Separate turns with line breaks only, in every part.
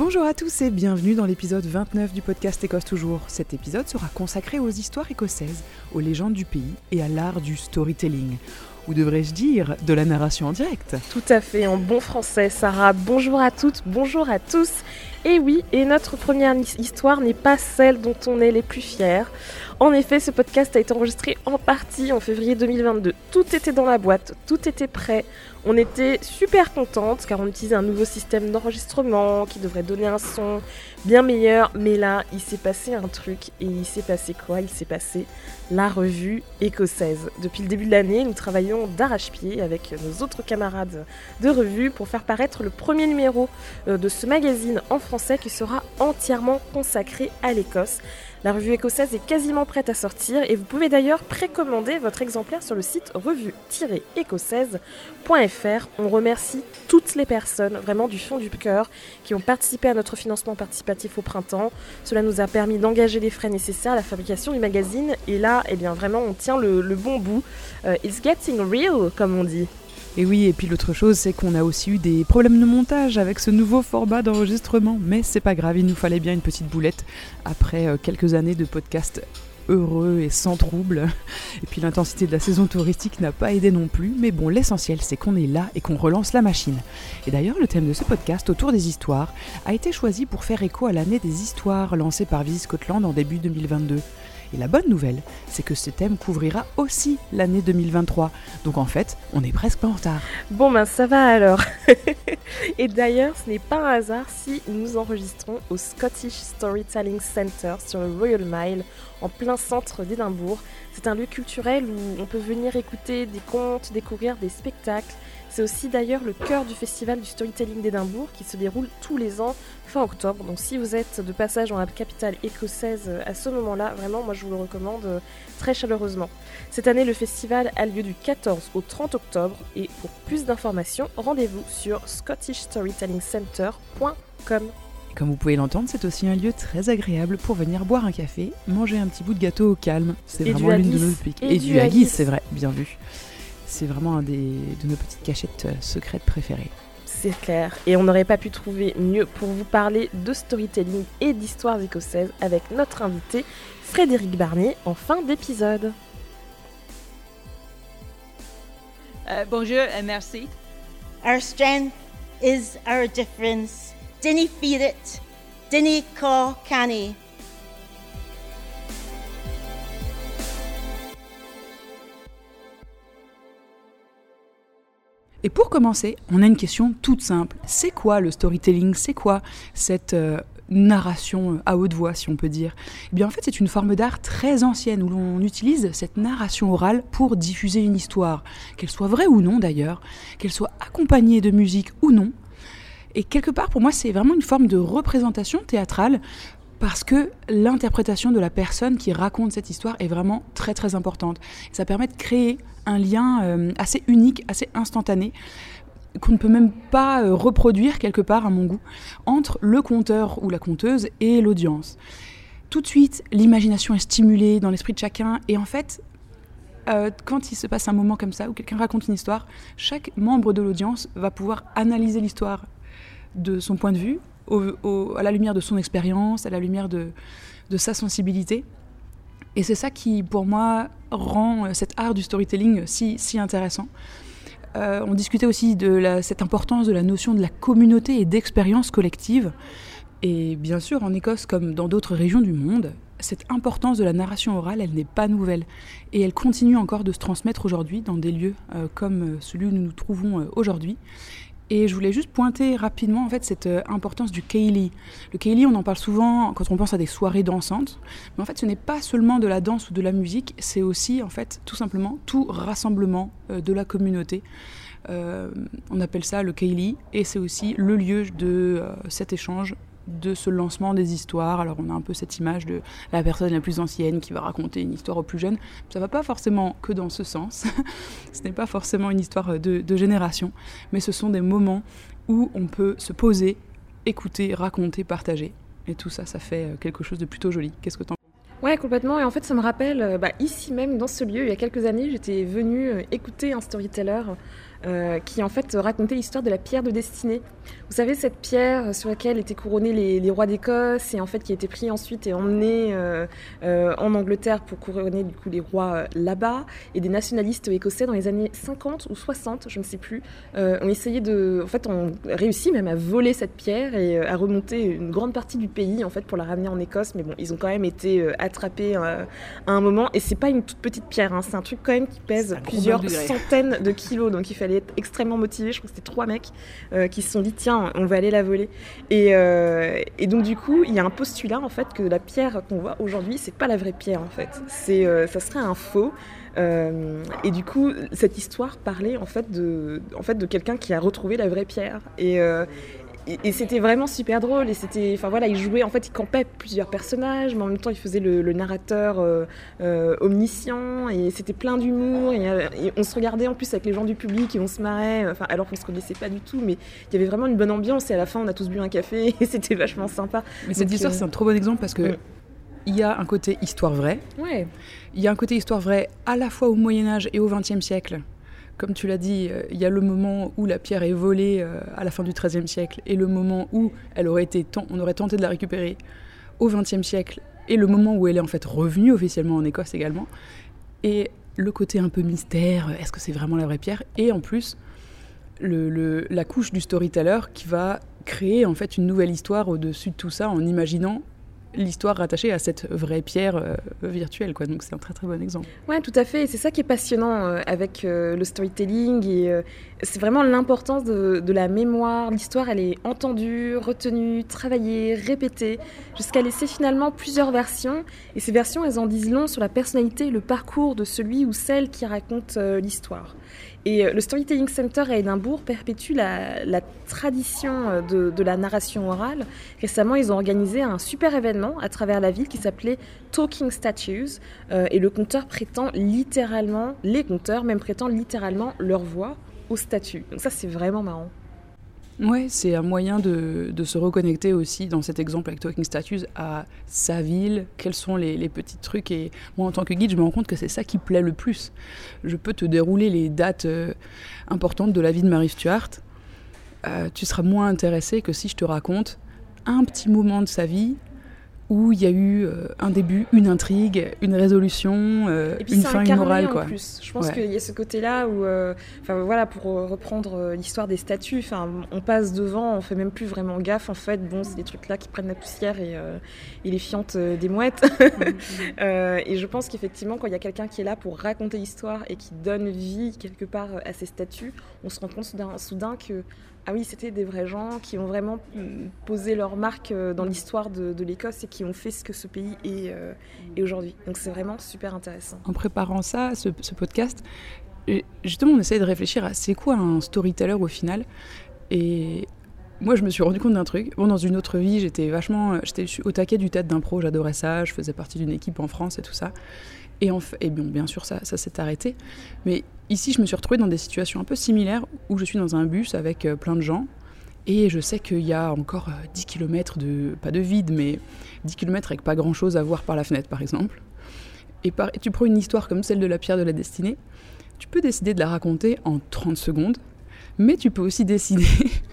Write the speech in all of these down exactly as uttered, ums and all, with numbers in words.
Bonjour à tous et bienvenue dans l'épisode vingt-neuf du podcast Écosse Toujours. Cet épisode sera consacré aux histoires écossaises, aux légendes du pays et à l'art du storytelling. Ou devrais-je dire, de la narration en direct.
Tout à fait, en bon français, Sarah. Bonjour à toutes, bonjour à tous. Et oui, et notre première histoire n'est pas celle dont on est les plus fiers. En effet, ce podcast a été enregistré en partie en février deux mille vingt-deux. Tout était dans la boîte, tout était prêt. On était super contentes car on utilisait un nouveau système d'enregistrement qui devrait donner un son bien meilleur. Mais là, il s'est passé un truc. Et il s'est passé quoi ? Il s'est passé la revue écossaise. Depuis le début de l'année, nous travaillons d'arrache-pied avec nos autres camarades de revue pour faire paraître le premier numéro de ce magazine en français qui sera entièrement consacré à l'Écosse. La revue écossaise est quasiment prête à sortir et vous pouvez d'ailleurs précommander votre exemplaire sur le site revue tiret écossaise point f r. On remercie toutes les personnes, vraiment du fond du cœur, qui ont participé à notre financement participatif au printemps. Cela nous a permis d'engager les frais nécessaires à la fabrication du magazine et là, eh bien, vraiment, on tient le, le bon bout. Uh, it's getting real, comme on dit.
Et oui, et puis l'autre chose, c'est qu'on a aussi eu des problèmes de montage avec ce nouveau format d'enregistrement. Mais c'est pas grave, il nous fallait bien une petite boulette après euh, quelques années de podcast heureux et sans trouble. Et puis l'intensité de la saison touristique n'a pas aidé non plus. Mais bon, l'essentiel, c'est qu'on est là et qu'on relance la machine. Et d'ailleurs, le thème de ce podcast, autour des histoires, a été choisi pour faire écho à l'année des histoires lancée par Visit Scotland en début deux mille vingt-deux. Et la bonne nouvelle, c'est que ce thème couvrira aussi l'année deux mille vingt-trois. Donc en fait, on n'est presque pas en retard.
Bon ben ça va alors. Et d'ailleurs, ce n'est pas un hasard si nous enregistrons au Scottish Storytelling Centre sur le Royal Mile, en plein centre d'Édimbourg. C'est un lieu culturel où on peut venir écouter des contes, découvrir des spectacles. C'est aussi d'ailleurs le cœur du festival du storytelling d'Édimbourg qui se déroule tous les ans fin octobre. Donc si vous êtes de passage dans la capitale écossaise à ce moment-là, vraiment moi je vous le recommande très chaleureusement. Cette année le festival a lieu du quatorze au trente octobre et pour plus d'informations, rendez-vous sur scottish storytelling centre point com.
Comme vous pouvez l'entendre, c'est aussi un lieu très agréable pour venir boire un café, manger un petit bout de gâteau au calme. C'est
et
vraiment l'une de nos piques.
Et,
et
du,
du haggis,
haggis,
c'est vrai, bien vu. C'est vraiment un des, de nos petites cachettes secrètes préférées.
C'est clair. Et on n'aurait pas pu trouver mieux pour vous parler de storytelling et d'histoires écossaises avec notre invité Frédéric Barnier en fin d'épisode.
Euh, bonjour et merci.
Our strength is our difference. Dinny fear it. Dinny caw canny.
Et pour commencer, on a une question toute simple. C'est quoi le storytelling ? C'est quoi cette euh, narration à haute voix, si on peut dire ? Eh bien, en fait, c'est une forme d'art très ancienne où l'on utilise cette narration orale pour diffuser une histoire, qu'elle soit vraie ou non d'ailleurs, qu'elle soit accompagnée de musique ou non. Et quelque part, pour moi, c'est vraiment une forme de représentation théâtrale parce que l'interprétation de la personne qui raconte cette histoire est vraiment très très importante. Et ça permet de créer un lien euh, assez unique, assez instantané, qu'on ne peut même pas euh, reproduire quelque part à mon goût, entre le conteur ou la conteuse et l'audience. Tout de suite, l'imagination est stimulée dans l'esprit de chacun et en fait, euh, quand il se passe un moment comme ça où quelqu'un raconte une histoire, chaque membre de l'audience va pouvoir analyser l'histoire de son point de vue, Au, au, à la lumière de son expérience, à la lumière de, de sa sensibilité. Et c'est ça qui, pour moi, rend euh, cet art du storytelling si, si intéressant. Euh, on discutait aussi de la, cette importance de la notion de la communauté et d'expérience collective. Et bien sûr, en Écosse, comme dans d'autres régions du monde, cette importance de la narration orale, elle n'est pas nouvelle. Et elle continue encore de se transmettre aujourd'hui dans des lieux euh, comme celui où nous nous trouvons euh, aujourd'hui. Et je voulais juste pointer rapidement en fait, cette euh, importance du céilí. Le céilí, on en parle souvent quand on pense à des soirées dansantes. Mais en fait, ce n'est pas seulement de la danse ou de la musique, c'est aussi en fait, tout simplement tout rassemblement euh, de la communauté. Euh, on appelle ça le céilí et c'est aussi le lieu de euh, cet échange, de ce lancement des histoires. Alors on a un peu cette image de la personne la plus ancienne qui va raconter une histoire aux plus jeunes. Ça ne va pas forcément que dans ce sens. Ce n'est pas forcément une histoire de, de génération, mais ce sont des moments où on peut se poser, écouter, raconter, partager. Et tout ça, ça fait quelque chose de plutôt joli. Qu'est-ce que t'en penses ?
Ouais, complètement. Et en fait, ça me rappelle, bah, ici même, dans ce lieu, il y a quelques années, j'étais venue écouter un storyteller euh, qui en fait racontait l'histoire de la pierre de destinée. Vous savez, cette pierre sur laquelle étaient couronnés les, les rois d'Écosse et en fait qui a été pris ensuite et emmené euh, euh, en Angleterre pour couronner du coup les rois euh, là-bas. Et des nationalistes écossais dans les années cinquante ou soixante, je ne sais plus, euh, ont essayé de, en fait, ont réussi même à voler cette pierre et euh, à remonter une grande partie du pays en fait pour la ramener en Écosse. Mais bon, ils ont quand même été euh, attrapés euh, à un moment. Et c'est pas une toute petite pierre, hein, c'est un truc quand même qui pèse plusieurs centaines de kilos. Donc il fallait être extrêmement motivé. Je crois que c'était trois mecs euh, qui se sont dit tiens, on va aller la voler. Et, euh, et donc du coup, il y a un postulat en fait que la pierre qu'on voit aujourd'hui, c'est pas la vraie pierre en fait. C'est, euh, ça serait un faux. Euh, et du coup, cette histoire parlait en fait de, en fait de quelqu'un qui a retrouvé la vraie pierre. Et euh, Et, et c'était vraiment super drôle. Et c'était, enfin voilà, il jouait, en fait, il campait plusieurs personnages, mais en même temps, il faisait le, le narrateur euh, euh, omniscient. Et c'était plein d'humour. Et, et on se regardait en plus avec les gens du public et on se marrait. Enfin, alors qu'on se connaissait pas du tout, mais il y avait vraiment une bonne ambiance. Et à la fin, on a tous bu un café et c'était vachement sympa.
Mais cette Donc, histoire, euh... c'est un trop bon exemple parce que. Ouais. Il y a un côté histoire vraie.
Ouais.
Il y a un côté histoire vraie à la fois au Moyen-Âge et au vingtième siècle. Comme tu l'as dit, euh, il y a le moment où la pierre est volée euh, à la fin du treizième siècle et le moment où elle aurait été t- on aurait tenté de la récupérer au vingtième siècle et le moment où elle est en fait revenue officiellement en Écosse également. Et le côté un peu mystère, est-ce que c'est vraiment la vraie pierre ? Et en plus, le, le, la couche du storyteller qui va créer en fait une nouvelle histoire au-dessus de tout ça en imaginant l'histoire rattachée à cette vraie pierre euh, virtuelle, quoi. Donc c'est un très très bon exemple.
Ouais, tout à fait. Et c'est ça qui est passionnant euh, avec euh, le storytelling. Et euh, c'est vraiment l'importance de, de la mémoire. L'histoire, elle est entendue, retenue, travaillée, répétée, jusqu'à laisser finalement plusieurs versions. Et ces versions, elles en disent long sur la personnalité et le parcours de celui ou celle qui raconte euh, l'histoire. Et le Storytelling Center à Édimbourg perpétue la, la tradition de, de la narration orale. Récemment, ils ont organisé un super événement à travers la ville qui s'appelait Talking Statues. Euh, et le conteur prétend littéralement, les conteurs même prétendent littéralement leur voix aux statues. Donc ça, c'est vraiment marrant.
Ouais, c'est un moyen de, de se reconnecter aussi, dans cet exemple avec Talking Statues, à sa ville, quels sont les, les petits trucs. Et moi, en tant que guide, je me rends compte que c'est ça qui plaît le plus. Je peux te dérouler les dates euh, importantes de la vie de Mary Stuart. Euh, tu seras moins intéressé que si je te raconte un petit moment de sa vie où il y a eu euh, un début, une intrigue, une résolution, euh,
et puis
une fin, une morale,
en
quoi.
Plus. Je pense
ouais.
qu'il y a ce côté-là où, euh, enfin voilà, pour reprendre euh, l'histoire des statues, enfin on passe devant, on fait même plus vraiment gaffe. En fait, bon, c'est des trucs là qui prennent la poussière et, euh, et les fientes euh, des mouettes. euh, et je pense qu'effectivement, quand il y a quelqu'un qui est là pour raconter l'histoire et qui donne vie quelque part à ces statues, on se rend compte soudain, soudain que ah oui, c'était des vrais gens qui ont vraiment posé leur marque dans l'histoire de, de l'Écosse et qui ont fait ce que ce pays est, euh, est aujourd'hui. Donc c'est vraiment super intéressant.
En préparant ça, ce, ce podcast, justement on essaye de réfléchir à c'est quoi un storyteller au final. Et moi je me suis rendu compte d'un truc. Bon, dans une autre vie, j'étais vachement, j'étais au taquet du théâtre d'impro, j'adorais ça, je faisais partie d'une équipe en France et tout ça. Et, en fait, et bien, bien sûr, ça, ça s'est arrêté. Mais ici, je me suis retrouvée dans des situations un peu similaires où je suis dans un bus avec euh, plein de gens et je sais qu'il y a encore euh, dix kilomètres de, pas de vide, mais dix kilomètres avec pas grand-chose à voir par la fenêtre, par exemple. Et, par, et tu prends une histoire comme celle de la pierre de la destinée, tu peux décider de la raconter en trente secondes, mais tu peux aussi décider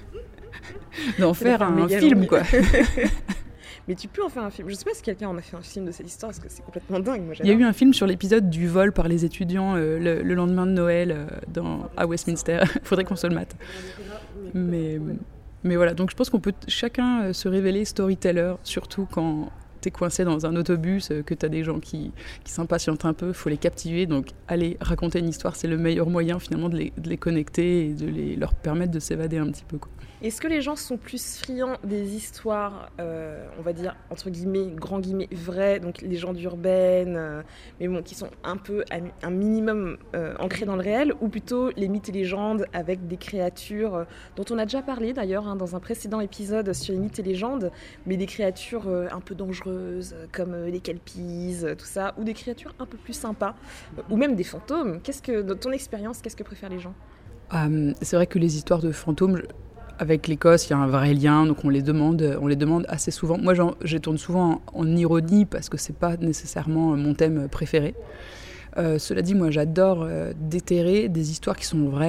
d'en faire un, un film, quoi.
Mais tu peux en faire un film. Je sais pas si quelqu'un en a fait un film de cette histoire, parce que c'est complètement dingue. Moi,
il y a eu un film sur l'épisode du vol par les étudiants euh, le, le lendemain de Noël euh, dans, à Westminster. Il faudrait qu'on se le mate. Mais, mais voilà, donc je pense qu'on peut chacun euh, se révéler storyteller, surtout quand t'es coincé dans un autobus, euh, que t'as des gens qui, qui s'impatientent un peu, il faut les captiver. Donc aller raconter une histoire, c'est le meilleur moyen finalement de les, de les connecter et de les, leur permettre de s'évader un petit peu, quoi.
Est-ce que les gens sont plus friands des histoires, euh, on va dire, entre guillemets, grand guillemets, vraies, donc les légendes urbaines, euh, mais bon, qui sont un peu, un minimum euh, ancrées dans le réel, ou plutôt les mythes et légendes avec des créatures euh, dont on a déjà parlé d'ailleurs hein, dans un précédent épisode sur les mythes et légendes, mais des créatures euh, un peu dangereuses, comme euh, les kelpies, euh, tout ça, ou des créatures un peu plus sympas, euh, ou même des fantômes. Qu'est-ce que, dans ton expérience, qu'est-ce que préfèrent les gens ?
euh, C'est vrai que les histoires de fantômes... Je... Avec l'Écosse, il y a un vrai lien, donc on les demande, on les demande assez souvent. Moi, j'en, je tourne souvent en, en ironie parce que c'est pas nécessairement mon thème préféré. Euh, cela dit, moi, j'adore euh, déterrer des histoires qui sont vraies,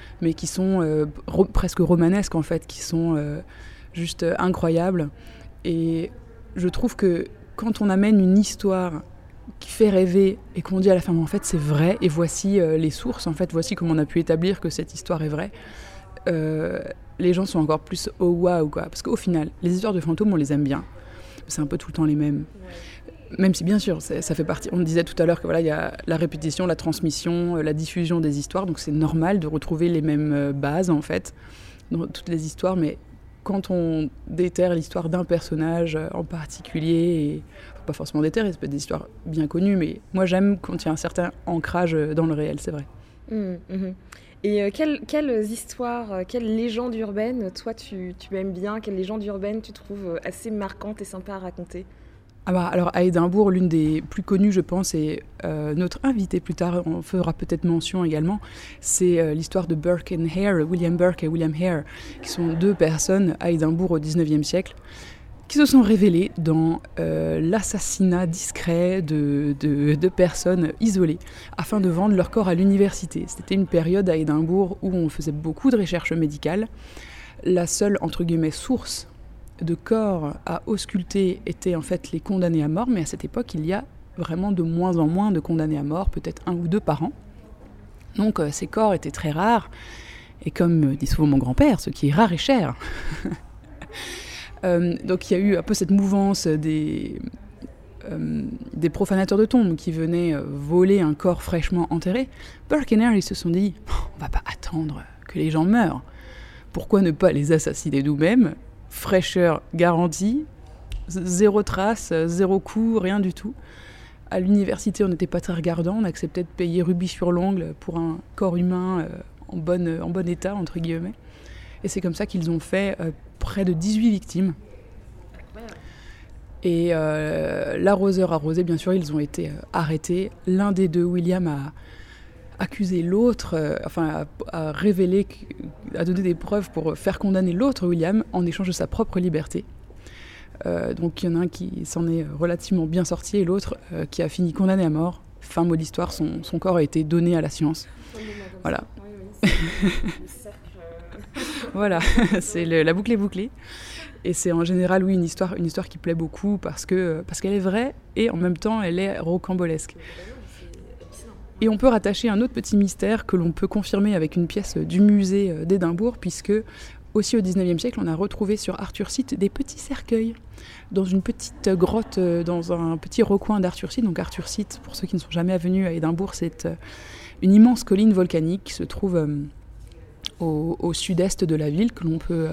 mais qui sont euh, ro- presque romanesques en fait, qui sont euh, juste euh, incroyables. Et je trouve que quand on amène une histoire qui fait rêver et qu'on dit à la fin, en fait c'est vrai, et voici euh, les sources, en fait, voici comment on a pu établir que cette histoire est vraie, euh, les gens sont encore plus oh waouh quoi. Parce qu'au final, les histoires de fantômes, on les aime bien. C'est un peu tout le temps les mêmes. Ouais. Même si bien sûr, ça fait partie. On disait tout à l'heure que voilà, il y a la répétition, la transmission, la diffusion des histoires, donc c'est normal de retrouver les mêmes bases en fait dans toutes les histoires, mais quand on déterre l'histoire d'un personnage en particulier, et pas forcément déterrer, ça peut être des histoires bien connues, mais moi j'aime quand il y a un certain ancrage dans le réel, c'est vrai.
Mmh, mmh. Et euh, quelles, quelles histoires, euh, quelles légendes urbaines, toi tu, tu aimes bien, quelles légendes urbaines tu trouves assez marquantes et sympas à raconter ?
Ah bah, alors à Édimbourg, l'une des plus connues, je pense, et euh, notre invité plus tard en fera peut-être mention également, c'est euh, l'histoire de Burke and Hare, William Burke et William Hare, qui sont deux personnes à Édimbourg au dix-neuvième siècle, qui se sont révélées dans euh, l'assassinat discret de, de, de personnes isolées, afin de vendre leur corps à l'université. C'était une période à Édimbourg où on faisait beaucoup de recherches médicales. La seule, entre guillemets, source de corps à ausculter étaient en fait les condamnés à mort, mais à cette époque, il y a vraiment de moins en moins de condamnés à mort, peut-être un ou deux par an. Donc euh, ces corps étaient très rares, et comme dit souvent mon grand-père, ce qui est rare est cher. euh, donc il y a eu un peu cette mouvance des, euh, des profanateurs de tombes qui venaient euh, voler un corps fraîchement enterré. Burke et Hare, ils se sont dit, on va pas attendre que les gens meurent. Pourquoi ne pas les assassiner nous-mêmes ? Fraîcheur garantie, zéro trace, zéro coup, rien du tout. À l'université, on n'était pas très regardant, on acceptait de payer rubis sur l'ongle pour un corps humain euh, en, bonne, en bon état, entre guillemets. Et c'est comme ça qu'ils ont fait euh, près de dix-huit victimes. Et euh, l'arroseur arrosé, bien sûr, ils ont été euh, arrêtés. L'un des deux, William, a accusé l'autre, euh, enfin à, à révéler, à donner des preuves pour faire condamner l'autre William en échange de sa propre liberté. Euh, donc il y en a un qui s'en est relativement bien sorti et l'autre euh, qui a fini condamné à mort. Fin mot d'histoire, son, son corps a été donné à la science. Voilà. Voilà, c'est le, la boucle est bouclée. Et c'est en général, oui, une histoire, une histoire qui plaît beaucoup parce que, parce qu'elle est vraie et en même temps elle est rocambolesque. Et on peut rattacher un autre petit mystère que l'on peut confirmer avec une pièce du musée d'Édimbourg, puisque aussi au dix-neuvième siècle, on a retrouvé sur Arthur Seat des petits cercueils dans une petite grotte, dans un petit recoin d'Arthur Seat. Donc Arthur Seat, pour ceux qui ne sont jamais venus à Édimbourg, c'est une immense colline volcanique qui se trouve au, au sud-est de la ville, que l'on peut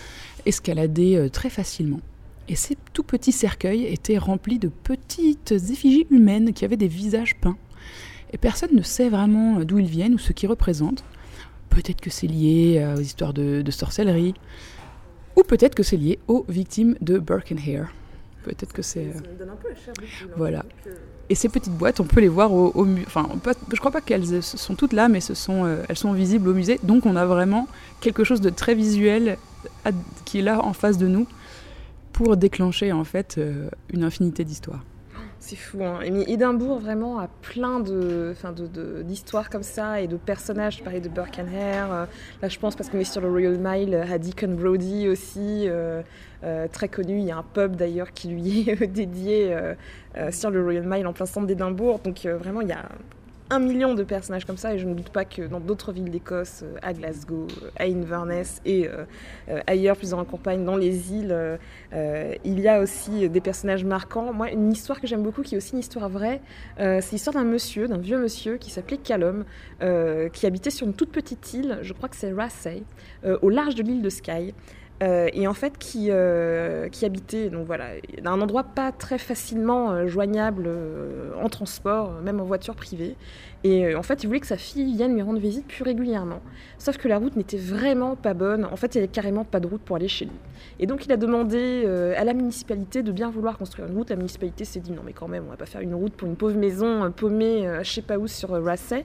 escalader très facilement. Et ces tout petits cercueils étaient remplis de petites effigies humaines qui avaient des visages peints. Et personne ne sait vraiment d'où ils viennent ou ce qu'ils représentent. Peut-être que c'est lié aux histoires de, de sorcellerie, ou peut-être que c'est lié aux victimes de Burke and Hare. Peut-être que c'est...
Ça me donne un peu la chair de poule.
Voilà. Et ces petites boîtes, on peut les voir au, au musée. Enfin, pas, je crois pas qu'elles sont toutes là, mais ce sont, euh, elles sont visibles au musée. Donc on a vraiment quelque chose de très visuel à, qui est là en face de nous pour déclencher en fait euh, une infinité d'histoires.
C'est fou, hein. Et Édimbourg vraiment a plein de, enfin de, de, d'histoires comme ça et de personnages. Je parlais de Burke and Hare. Là, je pense parce qu'on est sur le Royal Mile, à Deacon Brodie aussi, euh, euh, très connu. Il y a un pub d'ailleurs qui lui est dédié euh, euh, sur le Royal Mile en plein centre d'Édimbourg. Donc euh, vraiment, il y a un million de personnages comme ça et je ne doute pas que dans d'autres villes d'Écosse, à Glasgow, à Inverness et euh, euh, ailleurs, plus dans la campagne, dans les îles, euh, il y a aussi des personnages marquants. Moi, une histoire que j'aime beaucoup, qui est aussi une histoire vraie, euh, c'est l'histoire d'un monsieur, d'un vieux monsieur qui s'appelait Callum, euh, qui habitait sur une toute petite île, je crois que c'est Raasay, euh, au large de l'île de Skye. Euh, et en fait qui, euh, qui habitait donc voilà, dans un endroit pas très facilement euh, joignable euh, en transport, même en voiture privée. Et euh, en fait, il voulait que sa fille vienne lui rendre visite plus régulièrement. Sauf que la route n'était vraiment pas bonne. En fait, il n'y avait carrément pas de route pour aller chez lui. Et donc, il a demandé euh, à la municipalité de bien vouloir construire une route. La municipalité s'est dit non, mais quand même, on va pas faire une route pour une pauvre maison euh, paumée, euh, je sais pas où, sur euh, Raasay.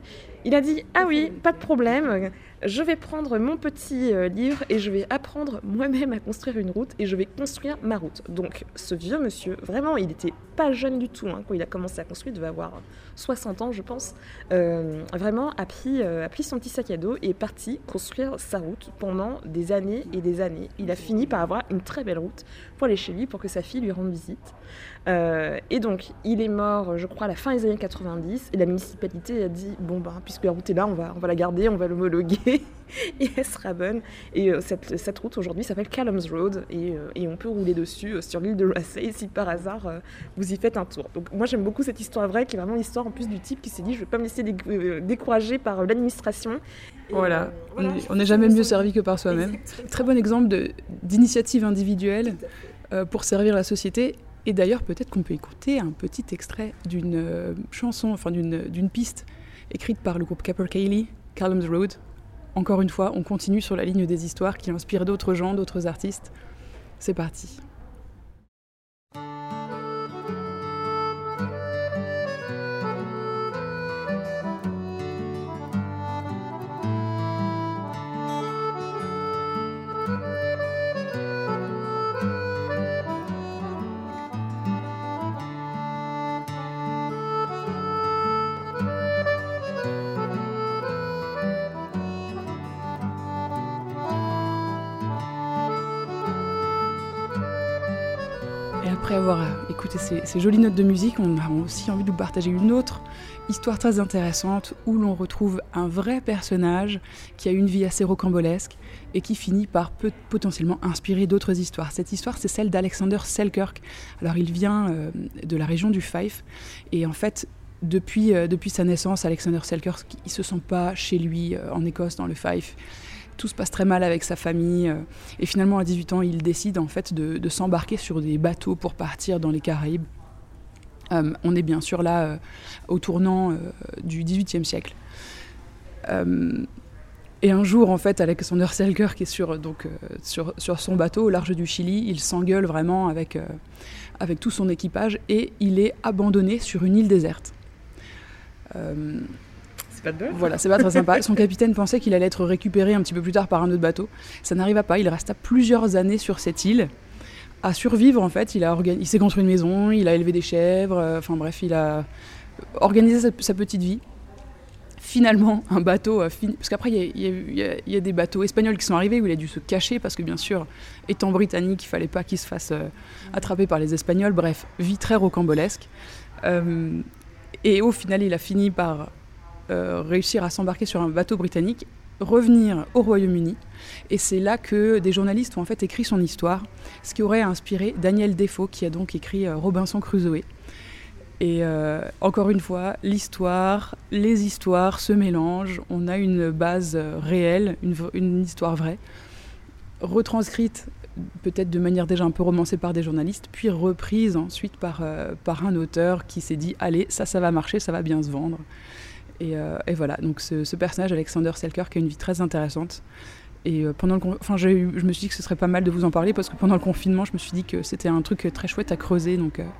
Il a dit « Ah oui, pas de problème, je vais prendre mon petit euh, livre et je vais apprendre moi-même à construire une route et je vais construire ma route. » Donc ce vieux monsieur, vraiment, il n'était pas jeune du tout hein, quand il a commencé à construire, il devait avoir soixante ans je pense, euh, vraiment a pris, euh, a pris son petit sac à dos et est parti construire sa route pendant des années et des années. Il a fini par avoir une très belle route pour aller chez lui, pour que sa fille lui rende visite. Euh, et donc, il est mort, je crois, à la fin des années quatre-vingt-dix, et la municipalité a dit, bon, bah, puisque la route est là, on va, on va la garder, on va l'homologuer, et elle sera bonne. Et euh, cette, cette route, aujourd'hui, s'appelle Callum's Road, et, euh, et on peut rouler dessus euh, sur l'île de Raasay, si par hasard, euh, vous y faites un tour. Donc, moi, j'aime beaucoup cette histoire vraie, qui est vraiment l'histoire, en plus, du type qui s'est dit, je ne vais pas me laisser dé- euh, décourager par euh, l'administration. Et,
voilà,
euh, voilà
on n'est jamais mieux servi que par soi-même. Très bon exemple de, d'initiative individuelle euh, pour servir la société. Et d'ailleurs, peut-être qu'on peut écouter un petit extrait d'une euh, chanson, enfin d'une, d'une piste écrite par le groupe Capercaillie, Callum's Road. Encore une fois, on continue sur la ligne des histoires qui inspirent d'autres gens, d'autres artistes. C'est parti. Après avoir écouté ces, ces jolies notes de musique, on a aussi envie de vous partager une autre histoire très intéressante où l'on retrouve un vrai personnage qui a une vie assez rocambolesque et qui finit par peut- potentiellement inspirer d'autres histoires. Cette histoire, c'est celle d'Alexander Selkirk. Alors, il vient euh, de la région du Fife et en fait, depuis, euh, depuis sa naissance, Alexander Selkirk, il ne se sent pas chez lui euh, en Écosse, dans le Fife. Tout se passe très mal avec sa famille et finalement à dix-huit ans il décide en fait de, de s'embarquer sur des bateaux pour partir dans les Caraïbes. Euh, on est bien sûr là euh, au tournant euh, du dix-huitième siècle. Euh, et un jour en fait Alexander Selkirk est sur, donc, euh, sur, sur son bateau au large du Chili, il s'engueule vraiment avec, euh, avec tout son équipage et il est abandonné sur une île déserte. Euh,
Pas de bol.
Voilà, c'est pas très sympa. Son capitaine pensait qu'il allait être récupéré un petit peu plus tard par un autre bateau. Ça n'arriva pas. Il resta plusieurs années sur cette île à survivre en fait. Il a organi- il s'est construit une maison, il a élevé des chèvres. Euh, enfin bref, il a organisé sa, sa petite vie. Finalement, un bateau a fini. Parce qu'après, il y, y, y, y a des bateaux espagnols qui sont arrivés où il a dû se cacher parce que bien sûr, étant britannique, il fallait pas qu'il se fasse euh, attraper par les Espagnols. Bref, vie très rocambolesque. Euh, et au final, il a fini par Euh, réussir à s'embarquer sur un bateau britannique, revenir au Royaume-Uni. Et c'est là que des journalistes ont en fait écrit son histoire, ce qui aurait inspiré Daniel Defoe, qui a donc écrit euh, Robinson Crusoe. Et euh, encore une fois, l'histoire, les histoires se mélangent. On a une base euh, réelle, une, une histoire vraie, retranscrite peut-être de manière déjà un peu romancée par des journalistes, puis reprise ensuite par, euh, par un auteur qui s'est dit « Allez, ça, ça va marcher, ça va bien se vendre ». Et, euh, et voilà, donc ce, ce personnage, Alexander Selkirk, a une vie très intéressante. Et euh, pendant le con... enfin, j'ai eu, je me suis dit que ce serait pas mal de vous en parler parce que pendant le confinement, je me suis dit que c'était un truc très chouette à creuser. Donc euh,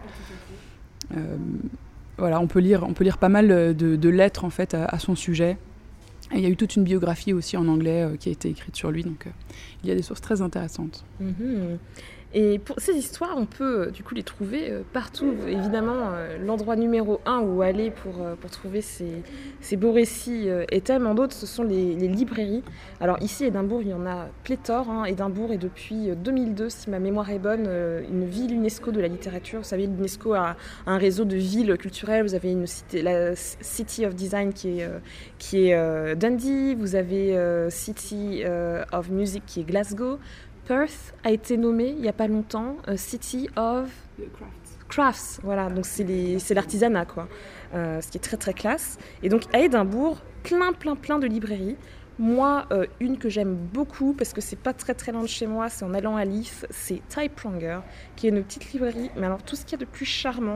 euh, voilà, on peut lire, on peut lire pas mal de, de lettres en fait à, à son sujet. Et il y a eu toute une biographie aussi en anglais euh, qui a été écrite sur lui. Donc euh, il y a des sources très intéressantes.
Mm-hmm. Et pour ces histoires, on peut du coup les trouver euh, partout. Évidemment, euh, l'endroit numéro un où aller pour, euh, pour trouver ces, ces beaux récits euh, et tellement d'autres, ce sont les, les librairies. Alors ici, à Édimbourg, il y en a pléthore. Hein. Édimbourg est depuis deux mille deux, si ma mémoire est bonne, euh, une ville UNESCO de la littérature. Vous savez, l'UNESCO a un réseau de villes culturelles. Vous avez une cité, la City of Design qui est, euh, qui est euh, Dundee. Vous avez euh, City euh, of Music qui est Glasgow. Perth a été nommé il n'y a pas longtemps uh, City of Crafts. Crafts, voilà, donc c'est, les, c'est l'artisanat, quoi, euh, ce qui est très très classe. Et donc à Édimbourg, plein plein plein de librairies. Moi, euh, une que j'aime beaucoup, parce que c'est pas très très loin de chez moi, c'est en allant à Leith, c'est Typewriter, qui est une petite librairie, mais alors tout ce qu'il y a de plus charmant,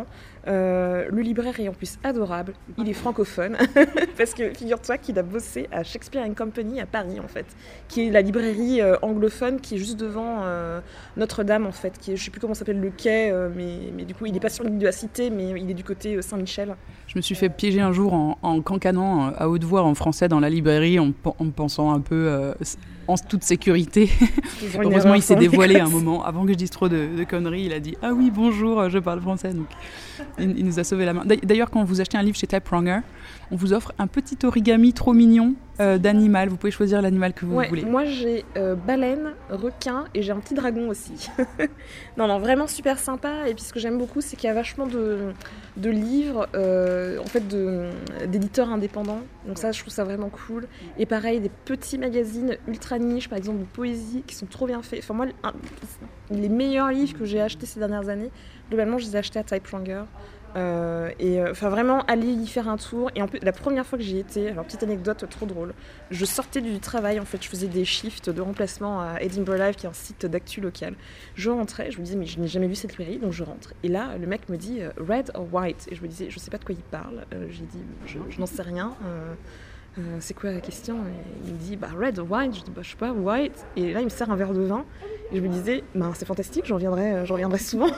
Euh, le libraire est en plus adorable, il est francophone, parce que figure-toi qu'il a bossé à Shakespeare and Company à Paris en fait, qui est la librairie euh, anglophone qui est juste devant euh, Notre-Dame en fait, qui est, je sais plus comment s'appelle le quai, euh, mais, mais du coup il est pas sur l'île de la Cité, mais il est du côté euh, Saint-Michel.
Je me suis fait piéger un jour en, en cancanant à haute voix en français dans la librairie en, en me pensant un peu euh, en toute sécurité. Heureusement il s'est dévoilé un moment, avant que je dise trop de, de conneries, il a dit « Ah oui, bonjour, je parle français ». Donc il, il nous a sauvé la main. D'ailleurs, quand vous achetez un livre chez Typewriter, on vous offre un petit origami trop mignon euh, d'animal. Vous pouvez choisir l'animal que vous
ouais,
voulez.
Moi, j'ai euh, baleine, requin et j'ai un petit dragon aussi. non, non, vraiment super sympa. Et puis, ce que j'aime beaucoup, c'est qu'il y a vachement de, de livres, euh, en fait, de, d'éditeurs indépendants. Donc ça, je trouve ça vraiment cool. Et pareil, des petits magazines ultra niche, par exemple de poésie, qui sont trop bien faits. Enfin, moi, un, les meilleurs livres que j'ai achetés ces dernières années, globalement, je les ai achetés à Typewriter. Euh, et enfin euh, vraiment aller y faire un tour. Et en plus, la première fois que j'y étais, alors petite anecdote trop drôle, je sortais du travail, en fait je faisais des shifts de remplacement à Edinburgh Live, qui est un site d'actu local. Je rentrais, je me disais mais je n'ai jamais vu cette librairie, donc je rentre, et là le mec me dit euh, red or white, et je me disais je sais pas de quoi il parle. euh, j'ai dit je, je n'en sais rien, euh, euh, c'est quoi la question? Et il me dit bah red or white, je dis bah je sais pas, white, et là il me sert un verre de vin et je me disais bah c'est fantastique, j'en reviendrai, j'en reviendrai souvent.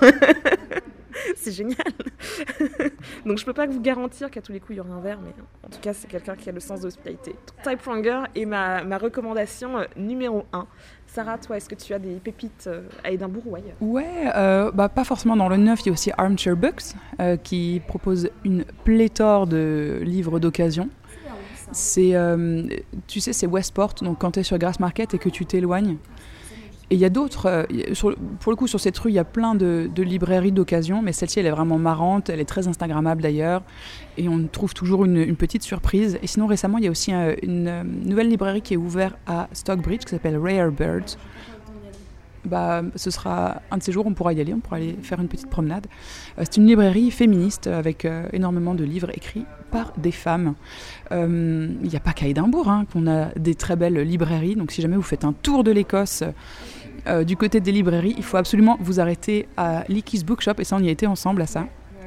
C'est génial. Donc je peux pas vous garantir qu'à tous les coups il y aura un verre, mais en tout cas c'est quelqu'un qui a le sens de l'hospitalité. Typewriter est ma, ma recommandation euh, numéro un. Sarah, toi, est-ce que tu as des pépites euh, à Édimbourg ou ailleurs?
Ouais, euh, bah, pas forcément dans le neuf, il y a aussi Armchair Books euh, qui propose une pléthore de livres d'occasion. C'est, euh, tu sais, c'est Westport, donc quand tu es sur Grassmarket et que tu t'éloignes. Et il y a d'autres, euh, sur, pour le coup sur cette rue il y a plein de, de librairies d'occasion, mais celle-ci elle est vraiment marrante, elle est très instagrammable d'ailleurs, et on trouve toujours une, une petite surprise. Et sinon récemment il y a aussi euh, une euh, nouvelle librairie qui est ouverte à Stockbridge qui s'appelle Rare Birds. Bah, ce sera un de ces jours, on pourra y aller, on pourra aller faire une petite promenade. Euh, c'est une librairie féministe avec euh, énormément de livres écrits par des femmes. Il euh, n'y a pas qu'à Édimbourg hein, qu'on a des très belles librairies, donc si jamais vous faites un tour de l'Écosse euh, du côté des librairies, il faut absolument vous arrêter à Leakey's Bookshop, et ça on y a été ensemble à ça.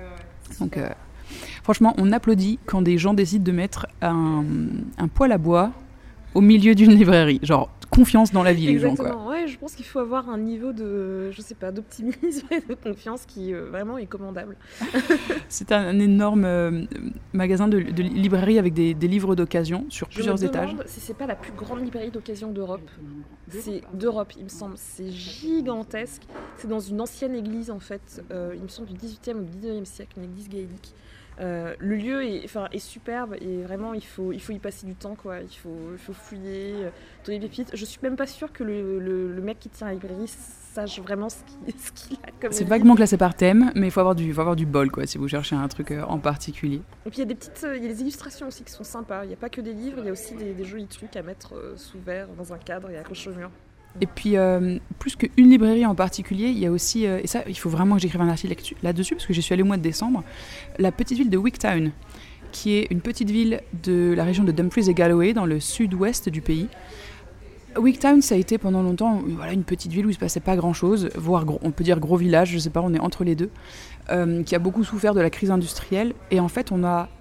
Donc euh, franchement on applaudit quand des gens décident de mettre un, un poêle à bois au milieu d'une librairie, genre confiance dans la vie.
Exactement.
Les gens, quoi.
Ouais, je pense qu'il faut avoir un niveau de, je sais pas, d'optimisme et de confiance qui euh, vraiment est commandable.
C'est un, un énorme euh, magasin de, de librairie avec des, des livres d'occasion sur
je
plusieurs
me
étages.
demande si c'est pas la plus grande librairie d'occasion d'Europe. C'est d'Europe, il me semble. C'est gigantesque. C'est dans une ancienne église en fait. Euh, il me semble du dix-huitième ou du dix-neuvième siècle, une église gaélique. Euh, le lieu est, enfin, est superbe et vraiment il faut, il faut y passer du temps quoi. Il faut, il faut fouiller, euh, trouver des pépites. Je suis même pas sûre que le, le, le mec qui tient la librairie sache vraiment ce qu'il, ce qu'il a comme
C'est
livre.
vaguement classé par thème, mais il faut avoir du, faut avoir du bol quoi, si vous cherchez un truc euh, en particulier.
Et puis il y a des petites, il y a des illustrations aussi qui sont sympas. Il n'y a pas que des livres, il y a aussi des, des jolis trucs à mettre euh, sous verre dans un cadre et accrocher au mur.
Et puis, euh, plus qu'une librairie en particulier, il y a aussi, euh, et ça, il faut vraiment que j'écrive un article là-dessus, parce que j'y suis allée au mois de décembre, la petite ville de Wigtown, qui est une petite ville de la région de Dumfries et Galloway, dans le sud-ouest du pays. Wigtown, ça a été pendant longtemps voilà, une petite ville où il ne se passait pas grand-chose, voire gros, on peut dire gros village, je ne sais pas, on est entre les deux, euh, qui a beaucoup souffert de la crise industrielle. Et en fait, on a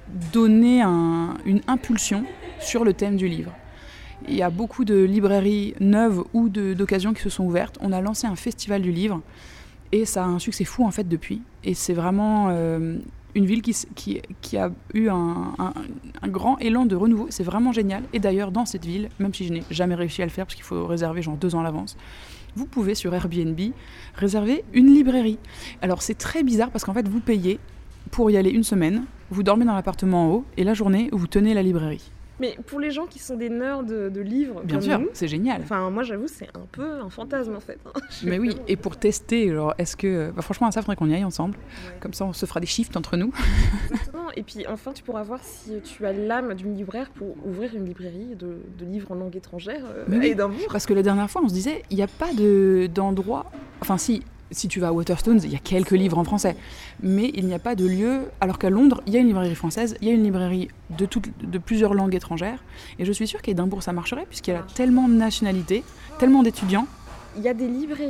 donné un, une impulsion sur le thème du livre. Il y a beaucoup de librairies neuves ou de, d'occasions qui se sont ouvertes. On a lancé un festival du livre et ça a un succès fou en fait depuis. Et c'est vraiment euh, une ville qui, qui, qui a eu un, un, un grand élan de renouveau. C'est vraiment génial. Et d'ailleurs dans cette ville, même si je n'ai jamais réussi à le faire parce qu'il faut réserver genre deux ans à l'avance, vous pouvez sur Airbnb réserver une librairie. Alors c'est très bizarre parce qu'en fait vous payez pour y aller une semaine, vous dormez dans l'appartement en haut et la journée vous tenez la librairie.
Mais pour les gens qui sont des nerds de, de livres,
bien
comme
sûr,
nous,
c'est génial.
Enfin, moi j'avoue, c'est un peu un fantasme en fait.
Mais oui, et pour tester, genre, est-ce que, bah, franchement, ça faudrait qu'on y aille ensemble. Ouais. Comme ça, on se fera des shifts entre nous.
Exactement. Et puis enfin, tu pourras voir si tu as l'âme d'une libraire pour ouvrir une librairie de, de livres en langue étrangère euh,
Mais
à
oui,
Édimbourg.
Parce que la dernière fois, on se disait, il n'y a pas de, d'endroit. Enfin, si. Si tu vas à Waterstones, il y a quelques livres en français. Mais il n'y a pas de lieu... Alors qu'à Londres, il y a une librairie française, il y a une librairie de, toutes, de plusieurs langues étrangères. Et je suis sûre qu'à Édimbourg, ça marcherait, puisqu'il y a tellement de nationalités, tellement d'étudiants.
Il y a des librairies...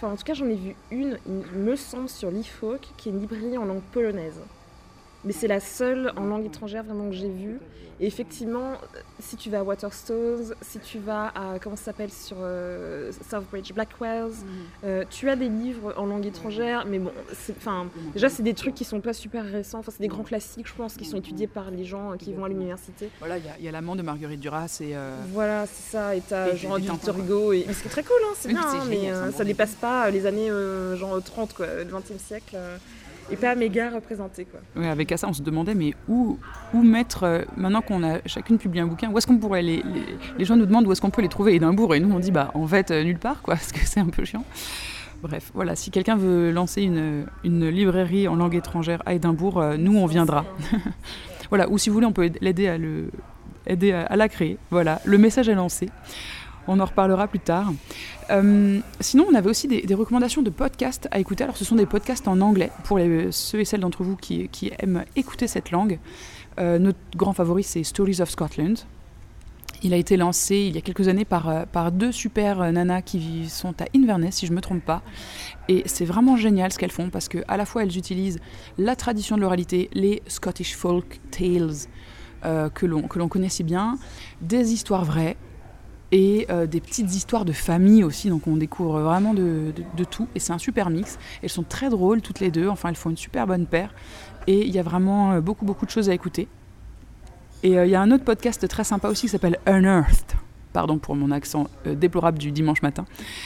enfin en tout cas j'en ai vu une, il me semble, sur l'IFOC, qui est une librairie en langue polonaise. Mais c'est la seule en langue étrangère vraiment que j'ai vue. Et effectivement, si tu vas à Waterstones, si tu vas à, comment ça s'appelle, sur euh, Southbridge, Blackwells, mmh. euh, tu as des livres en langue étrangère, mais bon, c'est, déjà c'est des trucs qui sont pas super récents, enfin c'est des grands classiques, je pense, qui sont étudiés par les gens qui vont à l'université.
Voilà, il y, y a l'amant de Marguerite Duras et... Euh...
Voilà, c'est ça, et t'as et genre du Victor Hugo, et... mais c'est très cool, hein, c'est oui, bien, c'est hein, génial, mais euh, ça dépasse pas les années euh, genre trente, quoi, le vingtième siècle. Euh... Et pas méga représenté, quoi.
Oui, avec ça, on se demandait, mais où, où mettre, euh, maintenant qu'on a chacune publié un bouquin, où est-ce qu'on pourrait les, les, les gens nous demandent où est-ce qu'on peut les trouver à Édimbourg, et nous on dit, bah en fait, euh, nulle part, quoi, parce que c'est un peu chiant. Bref, voilà, si quelqu'un veut lancer une, une librairie en langue étrangère à Édimbourg, euh, nous on viendra. Voilà, ou si vous voulez, on peut l'aider à, le, aider à, à la créer. Voilà, le message est lancé. On en reparlera plus tard. Euh, sinon, on avait aussi des, des recommandations de podcasts à écouter. Alors, ce sont des podcasts en anglais pour les, ceux et celles d'entre vous qui, qui aiment écouter cette langue. Euh, notre grand favori, c'est Stories of Scotland. Il a été lancé il y a quelques années par, par deux super nanas qui sont à Inverness, si je ne me trompe pas. Et c'est vraiment génial ce qu'elles font parce qu'à la fois, elles utilisent la tradition de l'oralité, les Scottish folk tales euh, que l'on, que l'on connaît si bien, des histoires vraies, et euh, des petites histoires de famille aussi, donc on découvre vraiment de, de, de tout, et c'est un super mix. Elles sont très drôles toutes les deux, enfin elles font une super bonne paire, et il y a vraiment beaucoup beaucoup de choses à écouter. Et il euh, y a un autre podcast très sympa aussi qui s'appelle Unearthed, pardon pour mon accent euh, déplorable du dimanche matin,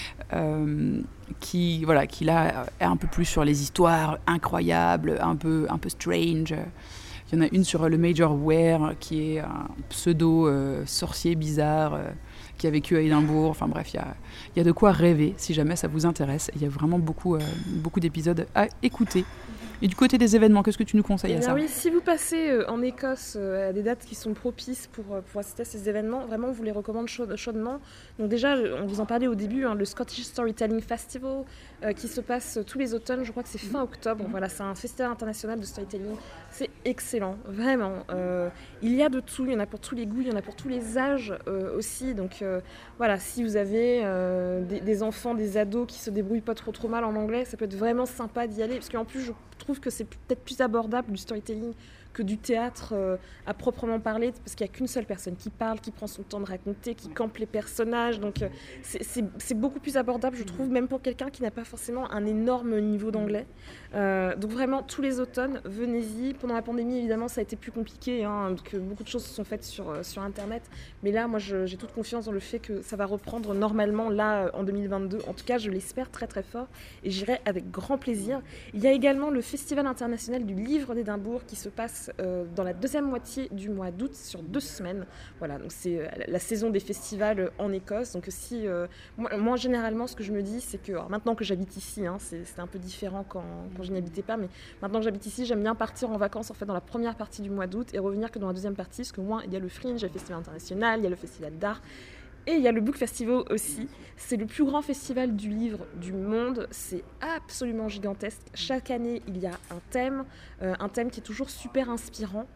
euh, qui, voilà, qui là est un peu plus sur les histoires incroyables, un peu, un peu strange. Il y en a une sur le Major Ware, qui est un pseudo euh, sorcier bizarre, euh, qui a vécu à Édimbourg. Enfin bref, il y a, y a de quoi rêver si jamais ça vous intéresse. Il y a vraiment beaucoup, euh, beaucoup d'épisodes à écouter. Et du côté des événements, qu'est-ce que tu nous conseilles
eh
à
bien
ça ?
Oui, si vous passez euh, en Écosse euh, à des dates qui sont propices pour, euh, pour assister à ces événements, vraiment, on vous les recommande chaud, chaudement. Donc déjà, on vous en parlait au début, hein, le Scottish Storytelling Festival, euh, qui se passe tous les automnes, je crois que c'est fin octobre. Mm-hmm. Voilà, c'est un festival international de storytelling. C'est excellent, vraiment. Euh, il y a de tout, il y en a pour tous les goûts, il y en a pour tous les âges euh, aussi. Donc euh, voilà, si vous avez euh, des, des enfants, des ados qui se débrouillent pas trop trop mal en anglais, ça peut être vraiment sympa d'y aller, parce qu'en plus, je trouve que c'est peut-être plus abordable du storytelling que du théâtre euh, à proprement parler, parce qu'il n'y a qu'une seule personne qui parle, qui prend son temps de raconter, qui campe les personnages, donc euh, c'est, c'est, c'est beaucoup plus abordable, je trouve, même pour quelqu'un qui n'a pas forcément un énorme niveau d'anglais. Euh, donc vraiment, tous les automnes, venez-y. Pendant la pandémie, évidemment, ça a été plus compliqué, hein, donc beaucoup de choses se sont faites sur, euh, sur Internet, mais là, moi, je, j'ai toute confiance dans le fait que ça va reprendre normalement, là, en deux mille vingt-deux. En tout cas, je l'espère très très fort, et j'irai avec grand plaisir. Il y a également le Festival international du livre d'Édimbourg qui se passe Euh, dans la deuxième moitié du mois d'août sur deux semaines. Voilà, donc c'est euh, la saison des festivals en Écosse. Donc si euh, moi, moi généralement ce que je me dis c'est que alors, maintenant que j'habite ici, hein, c'est, c'est un peu différent quand, quand je n'y habitais pas, mais maintenant que j'habite ici, j'aime bien partir en vacances en fait dans la première partie du mois d'août et revenir que dans la deuxième partie, parce que moi il y a le Fringe, il y a le Festival international, il y a le Festival d'art. Et il y a le Book Festival aussi. C'est le plus grand festival du livre du monde. C'est absolument gigantesque. Chaque année, il y a un thème, euh, un thème qui est toujours super inspirant.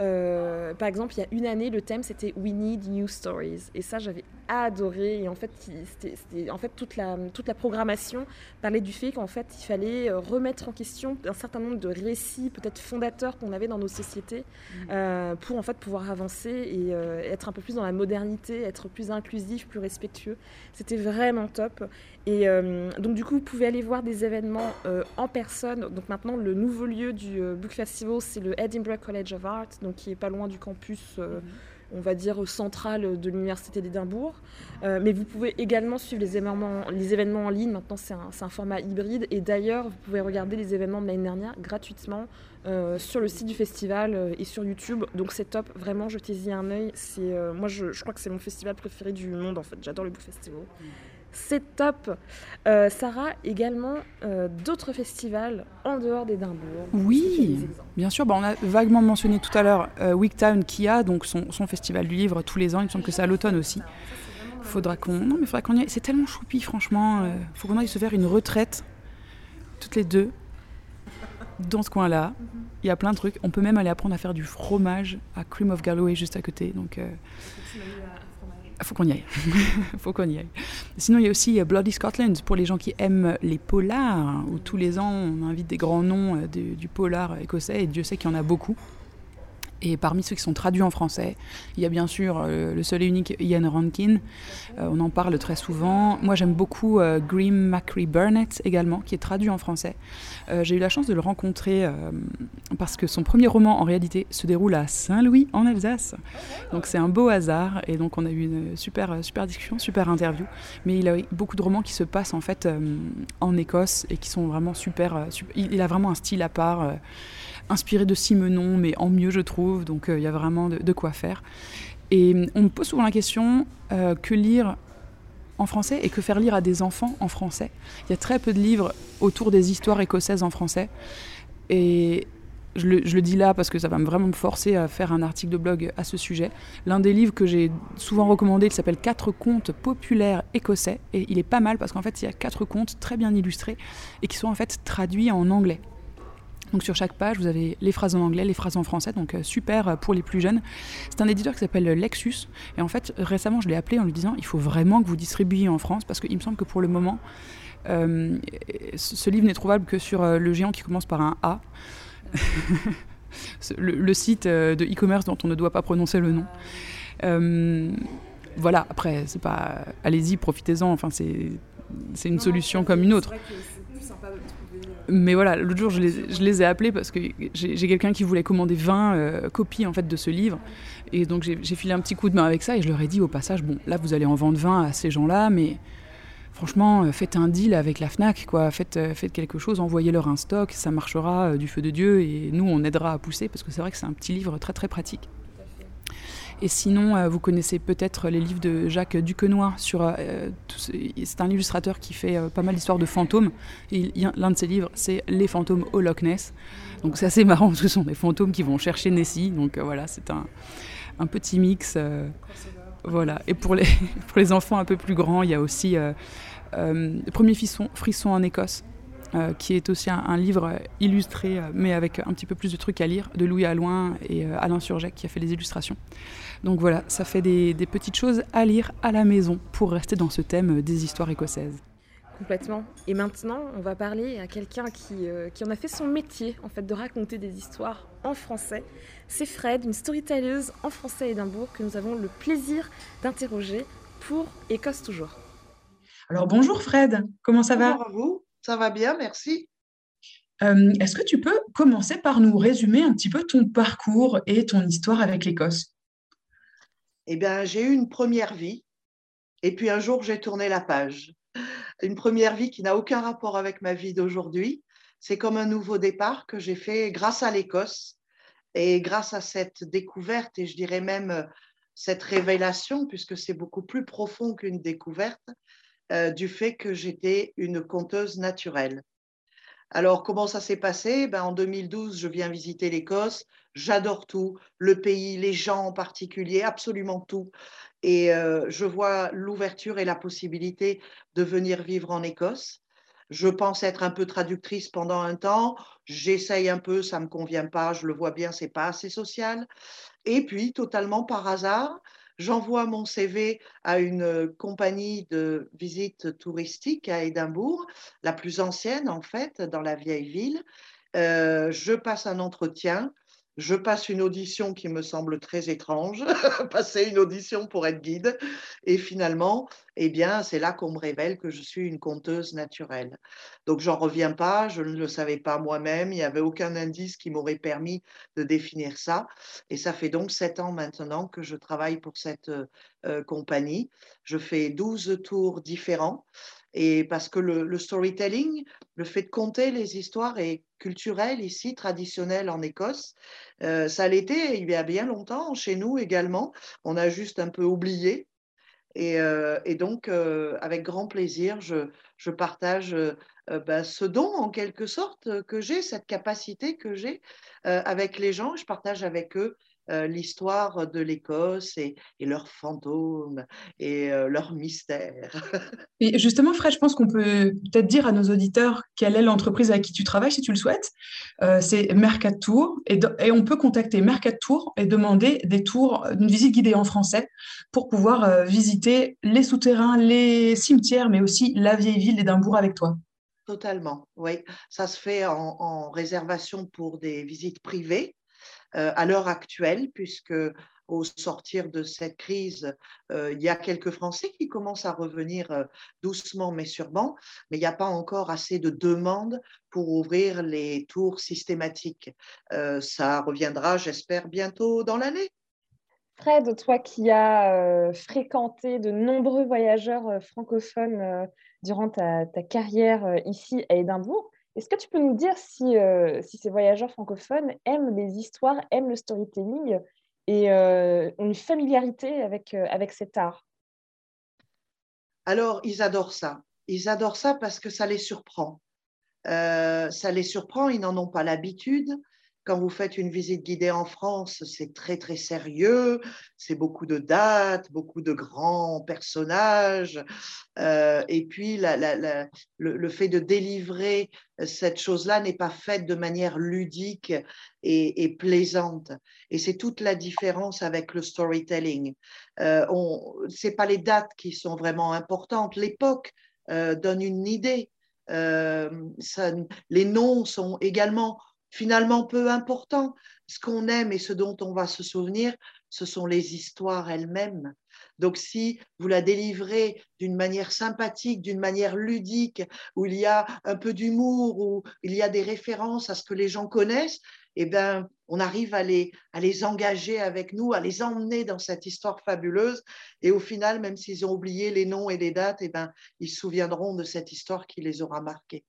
Euh, par exemple, il y a une année, le thème, c'était « We need new stories ». Et ça, j'avais adoré. Et en fait, c'était, c'était, en fait toute, la, toute la programmation parlait du fait qu'en fait, il fallait remettre en question un certain nombre de récits, peut-être fondateurs qu'on avait dans nos sociétés, euh, pour en fait pouvoir avancer et euh, être un peu plus dans la modernité, être plus inclusif, plus respectueux. C'était vraiment top. Et euh, donc du coup, vous pouvez aller voir des événements euh, en personne. Donc maintenant, le nouveau lieu du euh, Book Festival, c'est le Edinburgh College of Art, donc qui est pas loin du campus, euh, mm-hmm. on va dire central de l'université d'Édimbourg. Euh, mais vous pouvez également suivre les événements, les événements en ligne. Maintenant, c'est un, c'est un format hybride. Et d'ailleurs, vous pouvez regarder les événements de l'année dernière gratuitement euh, sur le site du festival euh, et sur YouTube. Donc c'est top. Vraiment, jetez-y un œil. C'est, euh, moi, je, je crois que c'est mon festival préféré du monde, en fait. J'adore le Book Festival. Mm. C'est top. Euh, Sarah, également euh, d'autres festivals en dehors d'Édimbourg.
Oui, bien sûr. Bah, on a vaguement mentionné tout à l'heure euh, Wigtown qui a donc son, son festival du livre tous les ans. Il me semble que c'est à l'automne aussi. Faudra qu'on, non mais faudra qu'on y aille. C'est tellement choupi, franchement. Euh, faut qu'on aille se faire une retraite toutes les deux dans ce coin-là. Il y a plein de trucs. On peut même aller apprendre à faire du fromage à Cream of Galloway juste à côté. Donc. Euh... faut qu'on y aille. faut qu'on y aille. Sinon, il y a aussi Bloody Scotland, pour les gens qui aiment les polars, où tous les ans, on invite des grands noms de, du polar écossais, et Dieu sait qu'il y en a beaucoup. Et parmi ceux qui sont traduits en français, il y a bien sûr euh, le seul et unique Ian Rankin. Euh, on en parle très souvent. Moi, j'aime beaucoup euh, Graeme Macri Burnett également, qui est traduit en français. Euh, j'ai eu la chance de le rencontrer euh, parce que son premier roman, en réalité, se déroule à Saint-Louis, en Alsace. Donc c'est un beau hasard. Et donc on a eu une super, super discussion, super interview. Mais il a beaucoup de romans qui se passent en fait euh, en Écosse et qui sont vraiment super, euh, super... Il a vraiment un style à part. Euh, inspiré de Simenon, mais en mieux, je trouve. Donc, il euh, y a vraiment de, de quoi faire. Et on me pose souvent la question, euh, que lire en français et que faire lire à des enfants en français. Il y a très peu de livres autour des histoires écossaises en français. Et je le, je le dis là parce que ça va vraiment me forcer à faire un article de blog à ce sujet. L'un des livres que j'ai souvent recommandé, il s'appelle « Quatre contes populaires écossais ». Et il est pas mal parce qu'en fait, il y a quatre contes très bien illustrés et qui sont en fait traduits en anglais. Donc sur chaque page, vous avez les phrases en anglais, les phrases en français, donc euh, super pour les plus jeunes. C'est un éditeur qui s'appelle Lexus. Et en fait, récemment, je l'ai appelé en lui disant « Il faut vraiment que vous distribuiez en France » parce qu'il me semble que pour le moment, euh, ce livre n'est trouvable que sur euh, le géant qui commence par un A. le, le site euh, de e-commerce dont on ne doit pas prononcer le nom. Euh, voilà, après, c'est pas... Allez-y, profitez-en, enfin, c'est, c'est une non, solution non, comme une autre. Mais voilà, l'autre jour, je les, je les ai appelés parce que j'ai, j'ai quelqu'un qui voulait commander vingt euh, copies en fait, de ce livre. Et donc, j'ai, j'ai filé un petit coup de main avec ça et je leur ai dit au passage, bon, là, vous allez en vendre vingt à ces gens-là, mais franchement, euh, faites un deal avec la Fnac, quoi. Faites, euh, faites quelque chose, envoyez-leur un stock, ça marchera euh, du feu de Dieu et nous, on aidera à pousser parce que c'est vrai que c'est un petit livre très, très pratique. Et sinon, euh, vous connaissez peut-être les livres de Jacques Duquesnoy. Sur, euh, ce, c'est un illustrateur qui fait euh, pas mal d'histoires de fantômes. Et il, l'un de ses livres, c'est Les fantômes au Loch Ness. Donc c'est assez marrant parce que ce sont des fantômes qui vont chercher Nessie. Donc euh, voilà, c'est un, un petit mix. Euh, voilà. Et pour les, pour les enfants un peu plus grands, il y a aussi euh, euh, Le premier frisson, frisson en Écosse. Euh, qui est aussi un, un livre illustré, euh, mais avec un petit peu plus de trucs à lire, de Louis Allouin et euh, Alain Surjec qui a fait les illustrations. Donc voilà, ça fait des, des petites choses à lire à la maison pour rester dans ce thème des histoires écossaises.
Complètement. Et maintenant, on va parler à quelqu'un qui, euh, qui en a fait son métier, en fait, de raconter des histoires en français. C'est Fred, une storytelleuse en français à Édimbourg, que nous avons le plaisir d'interroger pour Écosse Toujours.
Alors bonjour Fred, comment ça va ?
Bonjour à vous. Ça va bien, merci.
Euh, est-ce que tu peux commencer par nous résumer un petit peu ton parcours et ton histoire avec l'Écosse ?
Eh bien, j'ai eu une première vie et puis un jour, j'ai tourné la page. Une première vie qui n'a aucun rapport avec ma vie d'aujourd'hui. C'est comme un nouveau départ que j'ai fait grâce à l'Écosse et grâce à cette découverte et je dirais même cette révélation, puisque c'est beaucoup plus profond qu'une découverte, euh, du fait que j'étais une conteuse naturelle. Alors, comment ça s'est passé ? Ben, en deux mille douze, je viens visiter l'Écosse. J'adore tout, le pays, les gens en particulier, absolument tout. Et euh, je vois l'ouverture et la possibilité de venir vivre en Écosse. Je pense être un peu traductrice pendant un temps. J'essaye un peu, ça ne me convient pas, je le vois bien, ce n'est pas assez social. Et puis, totalement par hasard, j'envoie mon C V à une compagnie de visite touristique à Édimbourg, la plus ancienne en fait, dans la vieille ville. Euh, je passe un entretien, je passe une audition qui me semble très étrange, passer une audition pour être guide. Et finalement, eh bien, c'est là qu'on me révèle que je suis une conteuse naturelle. Donc, j'en reviens pas, je ne le savais pas moi-même, il n'y avait aucun indice qui m'aurait permis de définir ça. Et ça fait donc sept ans maintenant que je travaille pour cette euh, compagnie. Je fais douze tours différents. Et parce que le, le storytelling, le fait de conter les histoires est culturel ici, traditionnel en Écosse. Euh, ça l'était il y a bien longtemps chez nous également. On a juste un peu oublié. Et, euh, et donc, euh, avec grand plaisir, je, je partage euh, ben, ce don, en quelque sorte, que j'ai, cette capacité que j'ai euh, avec les gens. Je partage avec eux euh, l'histoire de l'Écosse et, et leurs fantômes et euh, leurs mystères.
Et justement, Fred, je pense qu'on peut peut-être dire à nos auditeurs quelle est l'entreprise avec qui tu travailles, si tu le souhaites. Euh, c'est Mercator, et, de- et on peut contacter Mercator et demander des tours, une visite guidée en français, pour pouvoir euh, visiter les souterrains, les cimetières, mais aussi la vieille ville d'Édimbourg avec toi.
Totalement, oui. Ça se fait en, en réservation pour des visites privées euh, à l'heure actuelle, puisque au sortir de cette crise, euh, il y a quelques Français qui commencent à revenir euh, doucement mais sûrement, mais il n'y a pas encore assez de demandes pour ouvrir les tours systématiques. Euh, ça reviendra, j'espère, bientôt dans l'année.
Fred, toi qui as euh, fréquenté de nombreux voyageurs euh, francophones euh, durant ta, ta carrière euh, ici à Édimbourg, est-ce que tu peux nous dire si, euh, si ces voyageurs francophones aiment les histoires, aiment le storytelling et euh, ont une familiarité avec, euh, avec cet art?
Alors, ils adorent ça. Ils adorent ça parce que ça les surprend. Euh, ça les surprend, ils n'en ont pas l'habitude. Quand vous faites une visite guidée en France, c'est très très sérieux, c'est beaucoup de dates, beaucoup de grands personnages, euh, et puis la, la, la, le, le fait de délivrer cette chose-là n'est pas fait de manière ludique et, et plaisante. Et c'est toute la différence avec le storytelling. Euh, on, c'est pas les dates qui sont vraiment importantes, l'époque euh, donne une idée. Euh, ça, les noms sont également finalement peu importants. Ce qu'on aime et ce dont on va se souvenir, ce sont les histoires elles-mêmes. Donc si vous la délivrez d'une manière sympathique, d'une manière ludique, où il y a un peu d'humour, où il y a des références à ce que les gens connaissent, eh bien, on arrive à les, à les engager avec nous, à les emmener dans cette histoire fabuleuse. Et au final, même s'ils ont oublié les noms et les dates, eh bien, ils se souviendront de cette histoire qui les aura marqués.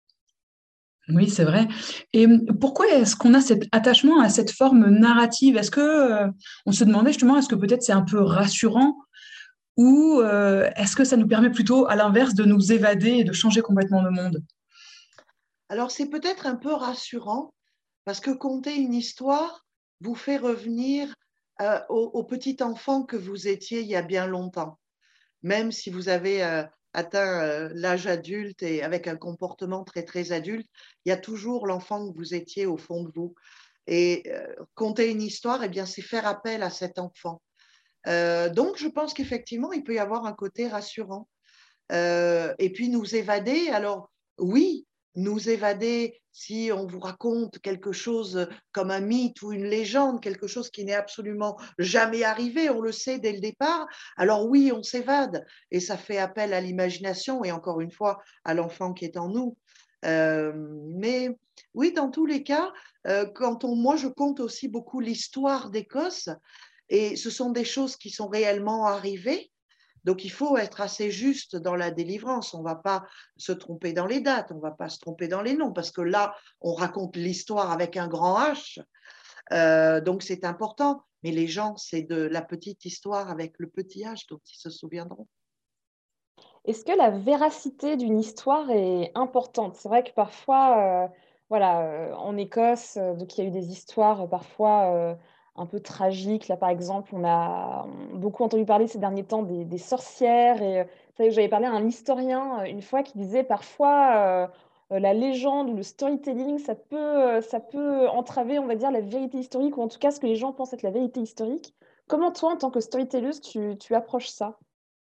Oui, c'est vrai. Et pourquoi est-ce qu'on a cet attachement à cette forme narrative? Est-ce que euh, on se demandait justement, est-ce que peut-être c'est un peu rassurant ou euh, est-ce que ça nous permet plutôt, à l'inverse, de nous évader et de changer complètement le monde?
Alors, c'est peut-être un peu rassurant parce que conter une histoire vous fait revenir euh, au, au petit enfant que vous étiez il y a bien longtemps. Même si vous avez euh, atteint euh, l'âge adulte et avec un comportement très, très adulte, il y a toujours l'enfant que vous étiez au fond de vous. Et euh, conter une histoire, eh bien, c'est faire appel à cet enfant. Euh, donc, je pense qu'effectivement, il peut y avoir un côté rassurant. Euh, et puis, nous évader, alors oui, nous évader si on vous raconte quelque chose comme un mythe ou une légende, quelque chose qui n'est absolument jamais arrivé, on le sait dès le départ, alors oui, on s'évade et ça fait appel à l'imagination et encore une fois à l'enfant qui est en nous. Euh, mais oui, dans tous les cas, euh, quand on, moi je compte aussi beaucoup l'histoire d'Écosse et ce sont des choses qui sont réellement arrivées. Donc, il faut être assez juste dans la délivrance. On ne va pas se tromper dans les dates, on ne va pas se tromper dans les noms, parce que là, on raconte l'histoire avec un grand H. Euh, donc, c'est important. Mais les gens, c'est de la petite histoire avec le petit H, dont ils se souviendront.
Est-ce que la véracité d'une histoire est importante? C'est vrai que parfois, euh, voilà, euh, en Écosse, euh, donc il y a eu des histoires euh, parfois euh, un peu tragiques. Là, par exemple, on a beaucoup entendu parler ces derniers temps des, des sorcières. Et euh, vous savez, j'avais parlé à un historien euh, une fois qui disait parfois euh, euh, la légende ou le storytelling, ça peut, euh, ça peut entraver, on va dire, la vérité historique, ou en tout cas ce que les gens pensent être la vérité historique. Comment toi, en tant que storytelleuse, tu, tu approches ça?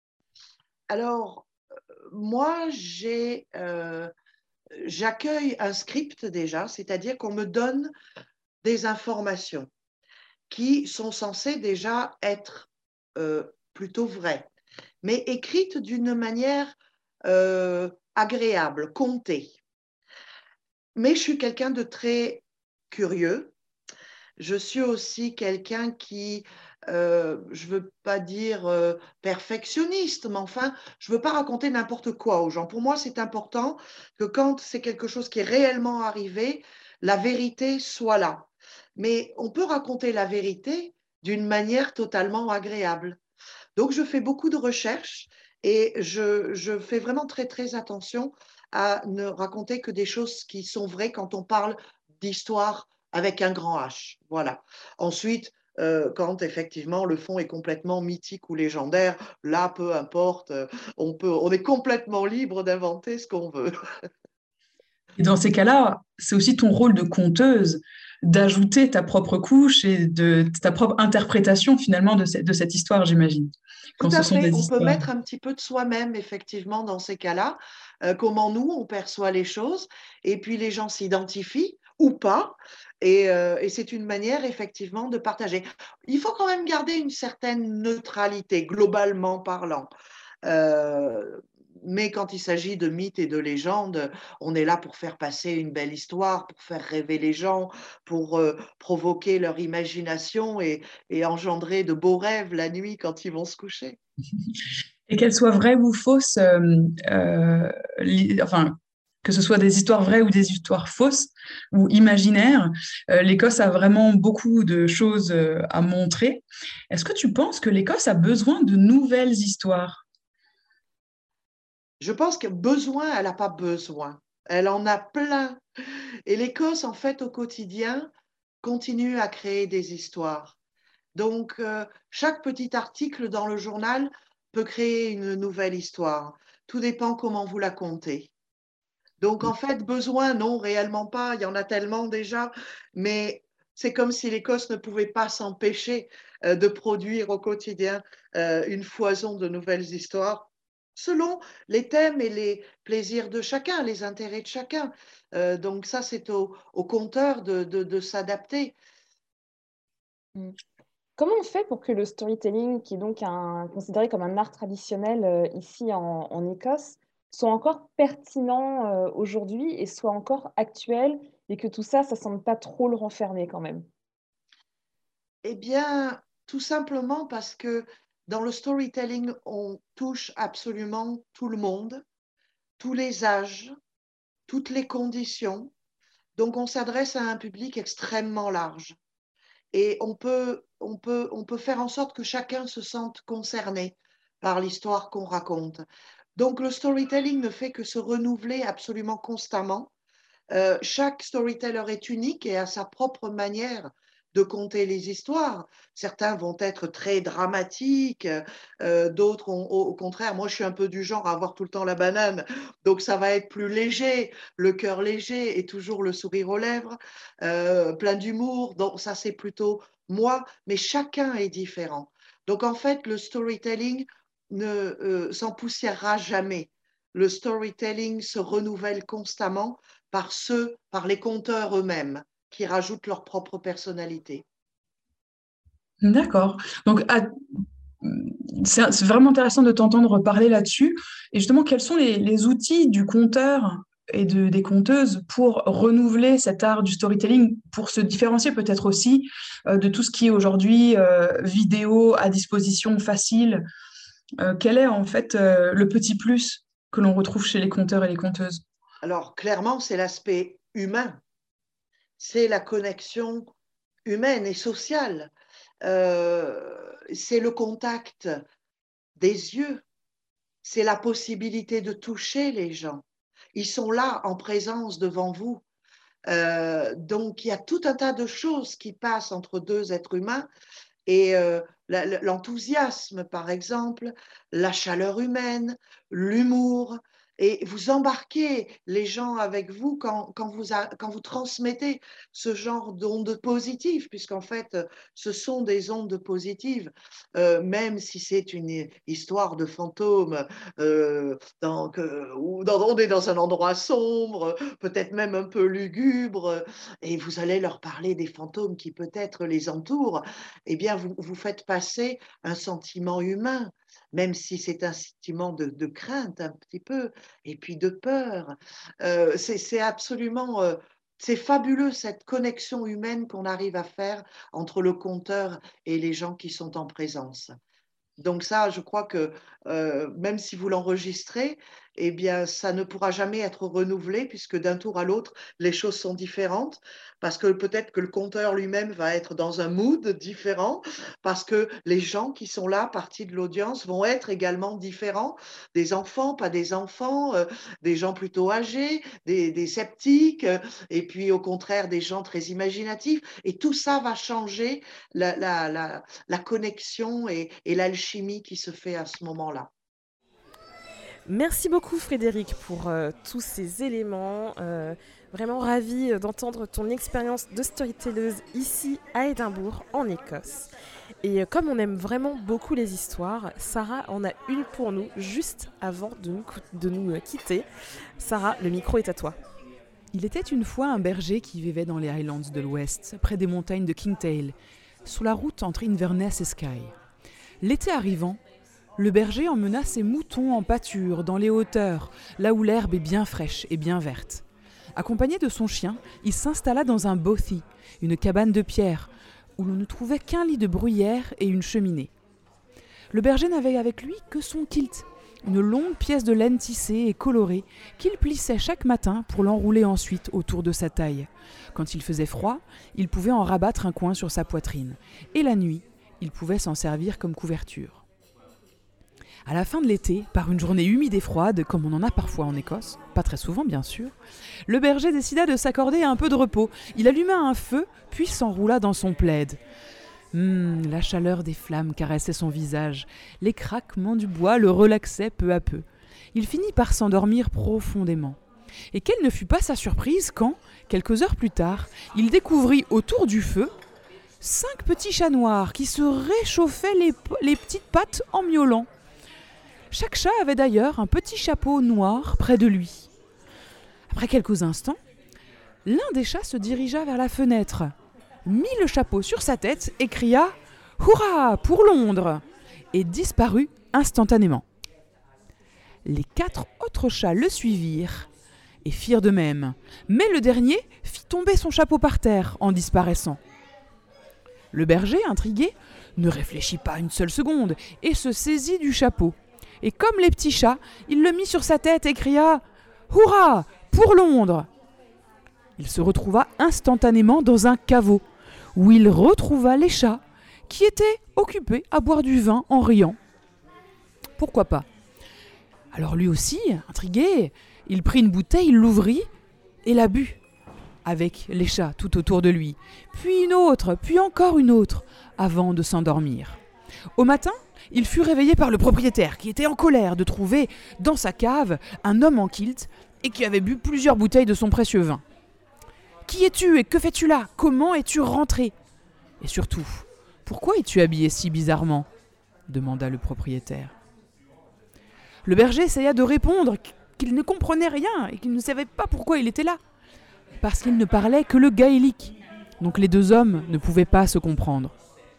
Alors, moi, j'ai, euh, j'accueille un script déjà, c'est-à-dire qu'on me donne des informations qui sont censées déjà être euh, plutôt vraies, mais écrites d'une manière euh, agréable, contée. Mais je suis quelqu'un de très curieux. Je suis aussi quelqu'un qui, euh, je ne veux pas dire euh, perfectionniste, mais enfin, je ne veux pas raconter n'importe quoi aux gens. Pour moi, c'est important que quand c'est quelque chose qui est réellement arrivé, la vérité soit là. Mais on peut raconter la vérité d'une manière totalement agréable. Donc, je fais beaucoup de recherches et je, je fais vraiment très, très attention à ne raconter que des choses qui sont vraies quand on parle d'histoire avec un grand H. Voilà. Ensuite, Euh, quand effectivement le fond est complètement mythique ou légendaire, là, peu importe, on peut, on est complètement libre d'inventer ce qu'on veut.
Et dans ces cas-là, c'est aussi ton rôle de conteuse d'ajouter ta propre couche et de ta propre interprétation finalement de, cette- de cette histoire, j'imagine,
Tout
quand ce
à
sont
fait,
des
on peut
histoires.
mettre un petit peu de soi-même effectivement dans ces cas-là, euh, comment nous on perçoit les choses, et puis les gens s'identifient ou pas, et, euh, et c'est une manière effectivement de partager. Il faut quand même garder une certaine neutralité, globalement parlant. Euh, mais quand il s'agit de mythes et de légendes, on est là pour faire passer une belle histoire, pour faire rêver les gens, pour euh, provoquer leur imagination et, et engendrer de beaux rêves la nuit quand ils vont se coucher.
Et qu'elles soient vraies ou fausses, euh, euh, li- enfin, que ce soit des histoires vraies ou des histoires fausses ou imaginaires, euh, l'Écosse a vraiment beaucoup de choses euh, à montrer. Est-ce que tu penses que l'Écosse a besoin de nouvelles histoires?
Je pense que besoin, elle n'a pas besoin. Elle en a plein. Et l'Écosse, en fait, au quotidien, continue à créer des histoires. Donc, euh, chaque petit article dans le journal peut créer une nouvelle histoire. Tout dépend comment vous la contez. Donc, en fait, besoin, non, réellement pas. Il y en a tellement déjà. Mais c'est comme si l'Écosse ne pouvait pas s'empêcher euh, de produire au quotidien euh, une foison de nouvelles histoires selon les thèmes et les plaisirs de chacun, les intérêts de chacun. Euh, donc, ça, c'est au, au conteur de, de, de s'adapter.
Mm. Comment on fait pour que le storytelling, qui est donc un- considéré comme un art traditionnel euh, ici en, en Écosse, soit encore pertinent euh, aujourd'hui et soit encore actuel et que tout ça, ça semble pas trop le renfermer quand même?
Eh bien, tout simplement parce que dans le storytelling, on touche absolument tout le monde, tous les âges, toutes les conditions. Donc, on s'adresse à un public extrêmement large. Et on peut, on peut, on peut faire en sorte que chacun se sente concerné par l'histoire qu'on raconte. Donc, le storytelling ne fait que se renouveler absolument constamment. Euh, chaque storyteller est unique et a sa propre manière de conter les histoires. Certains vont être très dramatiques, euh, d'autres, ont, au, au contraire, moi je suis un peu du genre à avoir tout le temps la banane, donc ça va être plus léger, le cœur léger et toujours le sourire aux lèvres, euh, plein d'humour, donc ça c'est plutôt moi, mais chacun est différent. Donc en fait, le storytelling ne euh, s'empoussiérera jamais. Le storytelling se renouvelle constamment par ceux, par les conteurs eux-mêmes, qui rajoutent leur propre personnalité.
D'accord. Donc, à- c'est c'est vraiment intéressant de t'entendre parler là-dessus. Et justement, quels sont les, les outils du conteur et de, des conteuses pour renouveler cet art du storytelling, pour se différencier peut-être aussi euh, de tout ce qui est aujourd'hui euh, vidéo à disposition facile. Euh, quel est en fait euh, le petit plus que l'on retrouve chez les conteurs et les conteuses?
Alors, clairement, c'est l'aspect humain, c'est la connexion humaine et sociale, euh, c'est le contact des yeux, c'est la possibilité de toucher les gens. Ils sont là en présence devant vous. Euh, donc, il y a tout un tas de choses qui passent entre deux êtres humains et euh, l'enthousiasme, par exemple, la chaleur humaine, l'humour. Et vous embarquez les gens avec vous quand, quand, vous, a, quand vous transmettez ce genre d'ondes positives, puisqu'en fait, ce sont des ondes positives, euh, même si c'est une histoire de fantôme, euh, dans, que, ou dans, on est dans un endroit sombre, peut-être même un peu lugubre, et vous allez leur parler des fantômes qui peut-être les entourent, eh bien, vous, vous faites passer un sentiment humain, même si c'est un sentiment de, de crainte un petit peu, et puis de peur. Euh, c'est absolument, euh, c'est fabuleux cette connexion humaine qu'on arrive à faire entre le conteur et les gens qui sont en présence. Donc ça, je crois que euh, même si vous l'enregistrez, eh bien, ça ne pourra jamais être renouvelé puisque d'un tour à l'autre, les choses sont différentes, parce que peut-être que le conteur lui-même va être dans un mood différent, parce que les gens qui sont là, partie de l'audience, vont être également différents, des enfants, pas des enfants, euh, des gens plutôt âgés, des, des sceptiques, euh, et puis au contraire des gens très imaginatifs, et tout ça va changer la, la, la, la connexion et, et l'alchimie qui se fait à ce moment-là.
Merci beaucoup Frédéric pour euh, tous ces éléments. Euh, vraiment ravie d'entendre ton expérience de storytelleuse ici à Édimbourg, en Écosse. Et euh, comme on aime vraiment beaucoup les histoires, Sarah en a une pour nous juste avant de nous, de nous euh, quitter. Sarah, le micro est à toi.
Il était une fois un berger qui vivait dans les Highlands de l'Ouest, près des montagnes de Kingtail, sur la route entre Inverness et Skye. L'été arrivant, le berger emmena ses moutons en pâture, dans les hauteurs, là où l'herbe est bien fraîche et bien verte. Accompagné de son chien, il s'installa dans un bothy, une cabane de pierre, où l'on ne trouvait qu'un lit de bruyère et une cheminée. Le berger n'avait avec lui que son kilt, une longue pièce de laine tissée et colorée qu'il plissait chaque matin pour l'enrouler ensuite autour de sa taille. Quand il faisait froid, il pouvait en rabattre un coin sur sa poitrine, et la nuit, il pouvait s'en servir comme couverture. À la fin de l'été, par une journée humide et froide, comme on en a parfois en Écosse, pas très souvent bien sûr, le berger décida de s'accorder un peu de repos. Il alluma un feu, puis s'enroula dans son plaid. Hum, la chaleur des flammes caressait son visage, les craquements du bois le relaxaient peu à peu. Il finit par s'endormir profondément. Et quelle ne fut pas sa surprise quand, quelques heures plus tard, il découvrit autour du feu cinq petits chats noirs qui se réchauffaient les, les petites pattes en miaulant. Chaque chat avait d'ailleurs un petit chapeau noir près de lui. Après quelques instants, l'un des chats se dirigea vers la fenêtre, mit le chapeau sur sa tête et cria « Hurrah pour Londres !» et disparut instantanément. Les quatre autres chats le suivirent et firent de même, mais le dernier fit tomber son chapeau par terre en disparaissant. Le berger, intrigué, ne réfléchit pas une seule seconde et se saisit du chapeau. Et comme les petits chats, il le mit sur sa tête et cria « Hurrah pour Londres !» Il se retrouva instantanément dans un caveau, où il retrouva les chats, qui étaient occupés à boire du vin en riant. Pourquoi pas ? Alors lui aussi, intrigué, il prit une bouteille, l'ouvrit et la but, avec les chats tout autour de lui, puis une autre, puis encore une autre, avant de s'endormir. Au matin, il fut réveillé par le propriétaire, qui était en colère de trouver dans sa cave un homme en kilt et qui avait bu plusieurs bouteilles de son précieux vin. « Qui es-tu et que fais-tu là ? Comment es-tu rentré ? Et surtout, pourquoi es-tu habillé si bizarrement ?» demanda le propriétaire. Le berger essaya de répondre qu'il ne comprenait rien et qu'il ne savait pas pourquoi il était là, parce qu'il ne parlait que le gaélique, donc les deux hommes ne pouvaient pas se comprendre.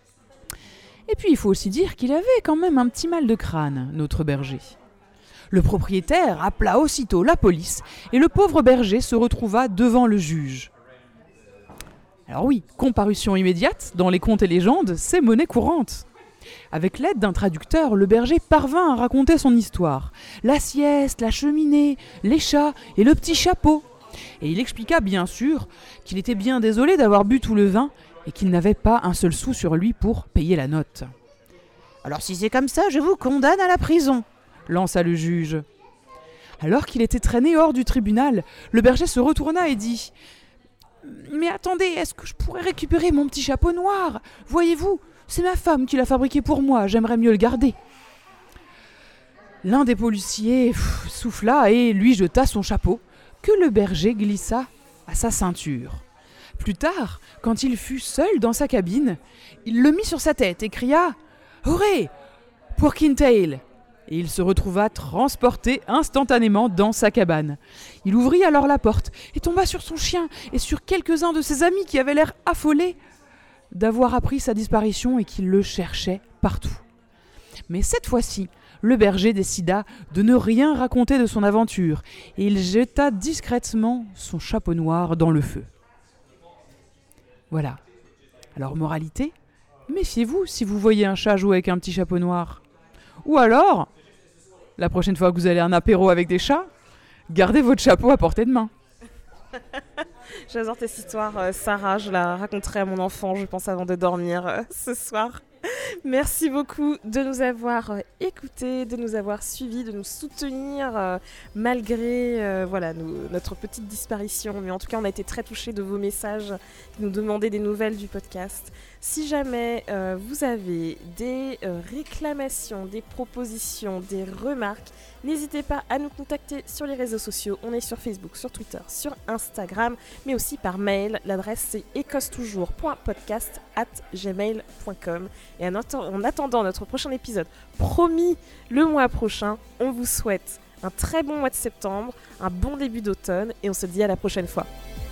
Et puis il faut aussi dire qu'il avait quand même un petit mal de crâne, notre berger. Le propriétaire appela aussitôt la police et le pauvre berger se retrouva devant le juge. Alors oui, comparution immédiate, dans les contes et légendes, c'est monnaie courante. Avec l'aide d'un traducteur, le berger parvint à raconter son histoire. La sieste, la cheminée, les chats et le petit chapeau. Et il expliqua bien sûr qu'il était bien désolé d'avoir bu tout le vin et qu'il n'avait pas un seul sou sur lui pour payer la note. « Alors si c'est comme ça, je vous condamne à la prison !» lança le juge. Alors qu'il était traîné hors du tribunal, le berger se retourna et dit « Mais attendez, est-ce que je pourrais récupérer mon petit chapeau noir ? Voyez-vous, c'est ma femme qui l'a fabriqué pour moi, j'aimerais mieux le garder. » L'un des policiers pff, souffla et lui jeta son chapeau, que le berger glissa à sa ceinture. Plus tard, quand il fut seul dans sa cabine, il le mit sur sa tête et cria « Hurrah pour Kingtail !» Et il se retrouva transporté instantanément dans sa cabane. Il ouvrit alors la porte et tomba sur son chien et sur quelques-uns de ses amis qui avaient l'air affolés d'avoir appris sa disparition et qui le cherchaient partout. Mais cette fois-ci, le berger décida de ne rien raconter de son aventure et il jeta discrètement son chapeau noir dans le feu. Voilà. Alors, moralité, méfiez-vous si vous voyez un chat jouer avec un petit chapeau noir. Ou alors, La prochaine fois que vous allez à un apéro avec des chats, gardez votre chapeau à portée de main.
J'adore cette histoire, euh, Sarah. Je la raconterai à mon enfant, je pense, avant de dormir euh, ce soir. Merci beaucoup de nous avoir euh, écoutés, de nous avoir suivis, de nous soutenir euh, malgré euh, voilà, nous, notre petite disparition. Mais en tout cas, on a été très touchés de vos messages qui nous demandaient des nouvelles du podcast. Si jamais euh, vous avez des euh, réclamations, des propositions, des remarques, n'hésitez pas à nous contacter sur les réseaux sociaux. On est sur Facebook, sur Twitter, sur Instagram, mais aussi par mail. L'adresse c'est écossetoujours point podcast arobase gmail point com. Et en, atten- en attendant notre prochain épisode, promis le mois prochain, on vous souhaite un très bon mois de septembre, un bon début d'automne et on se dit à la prochaine fois.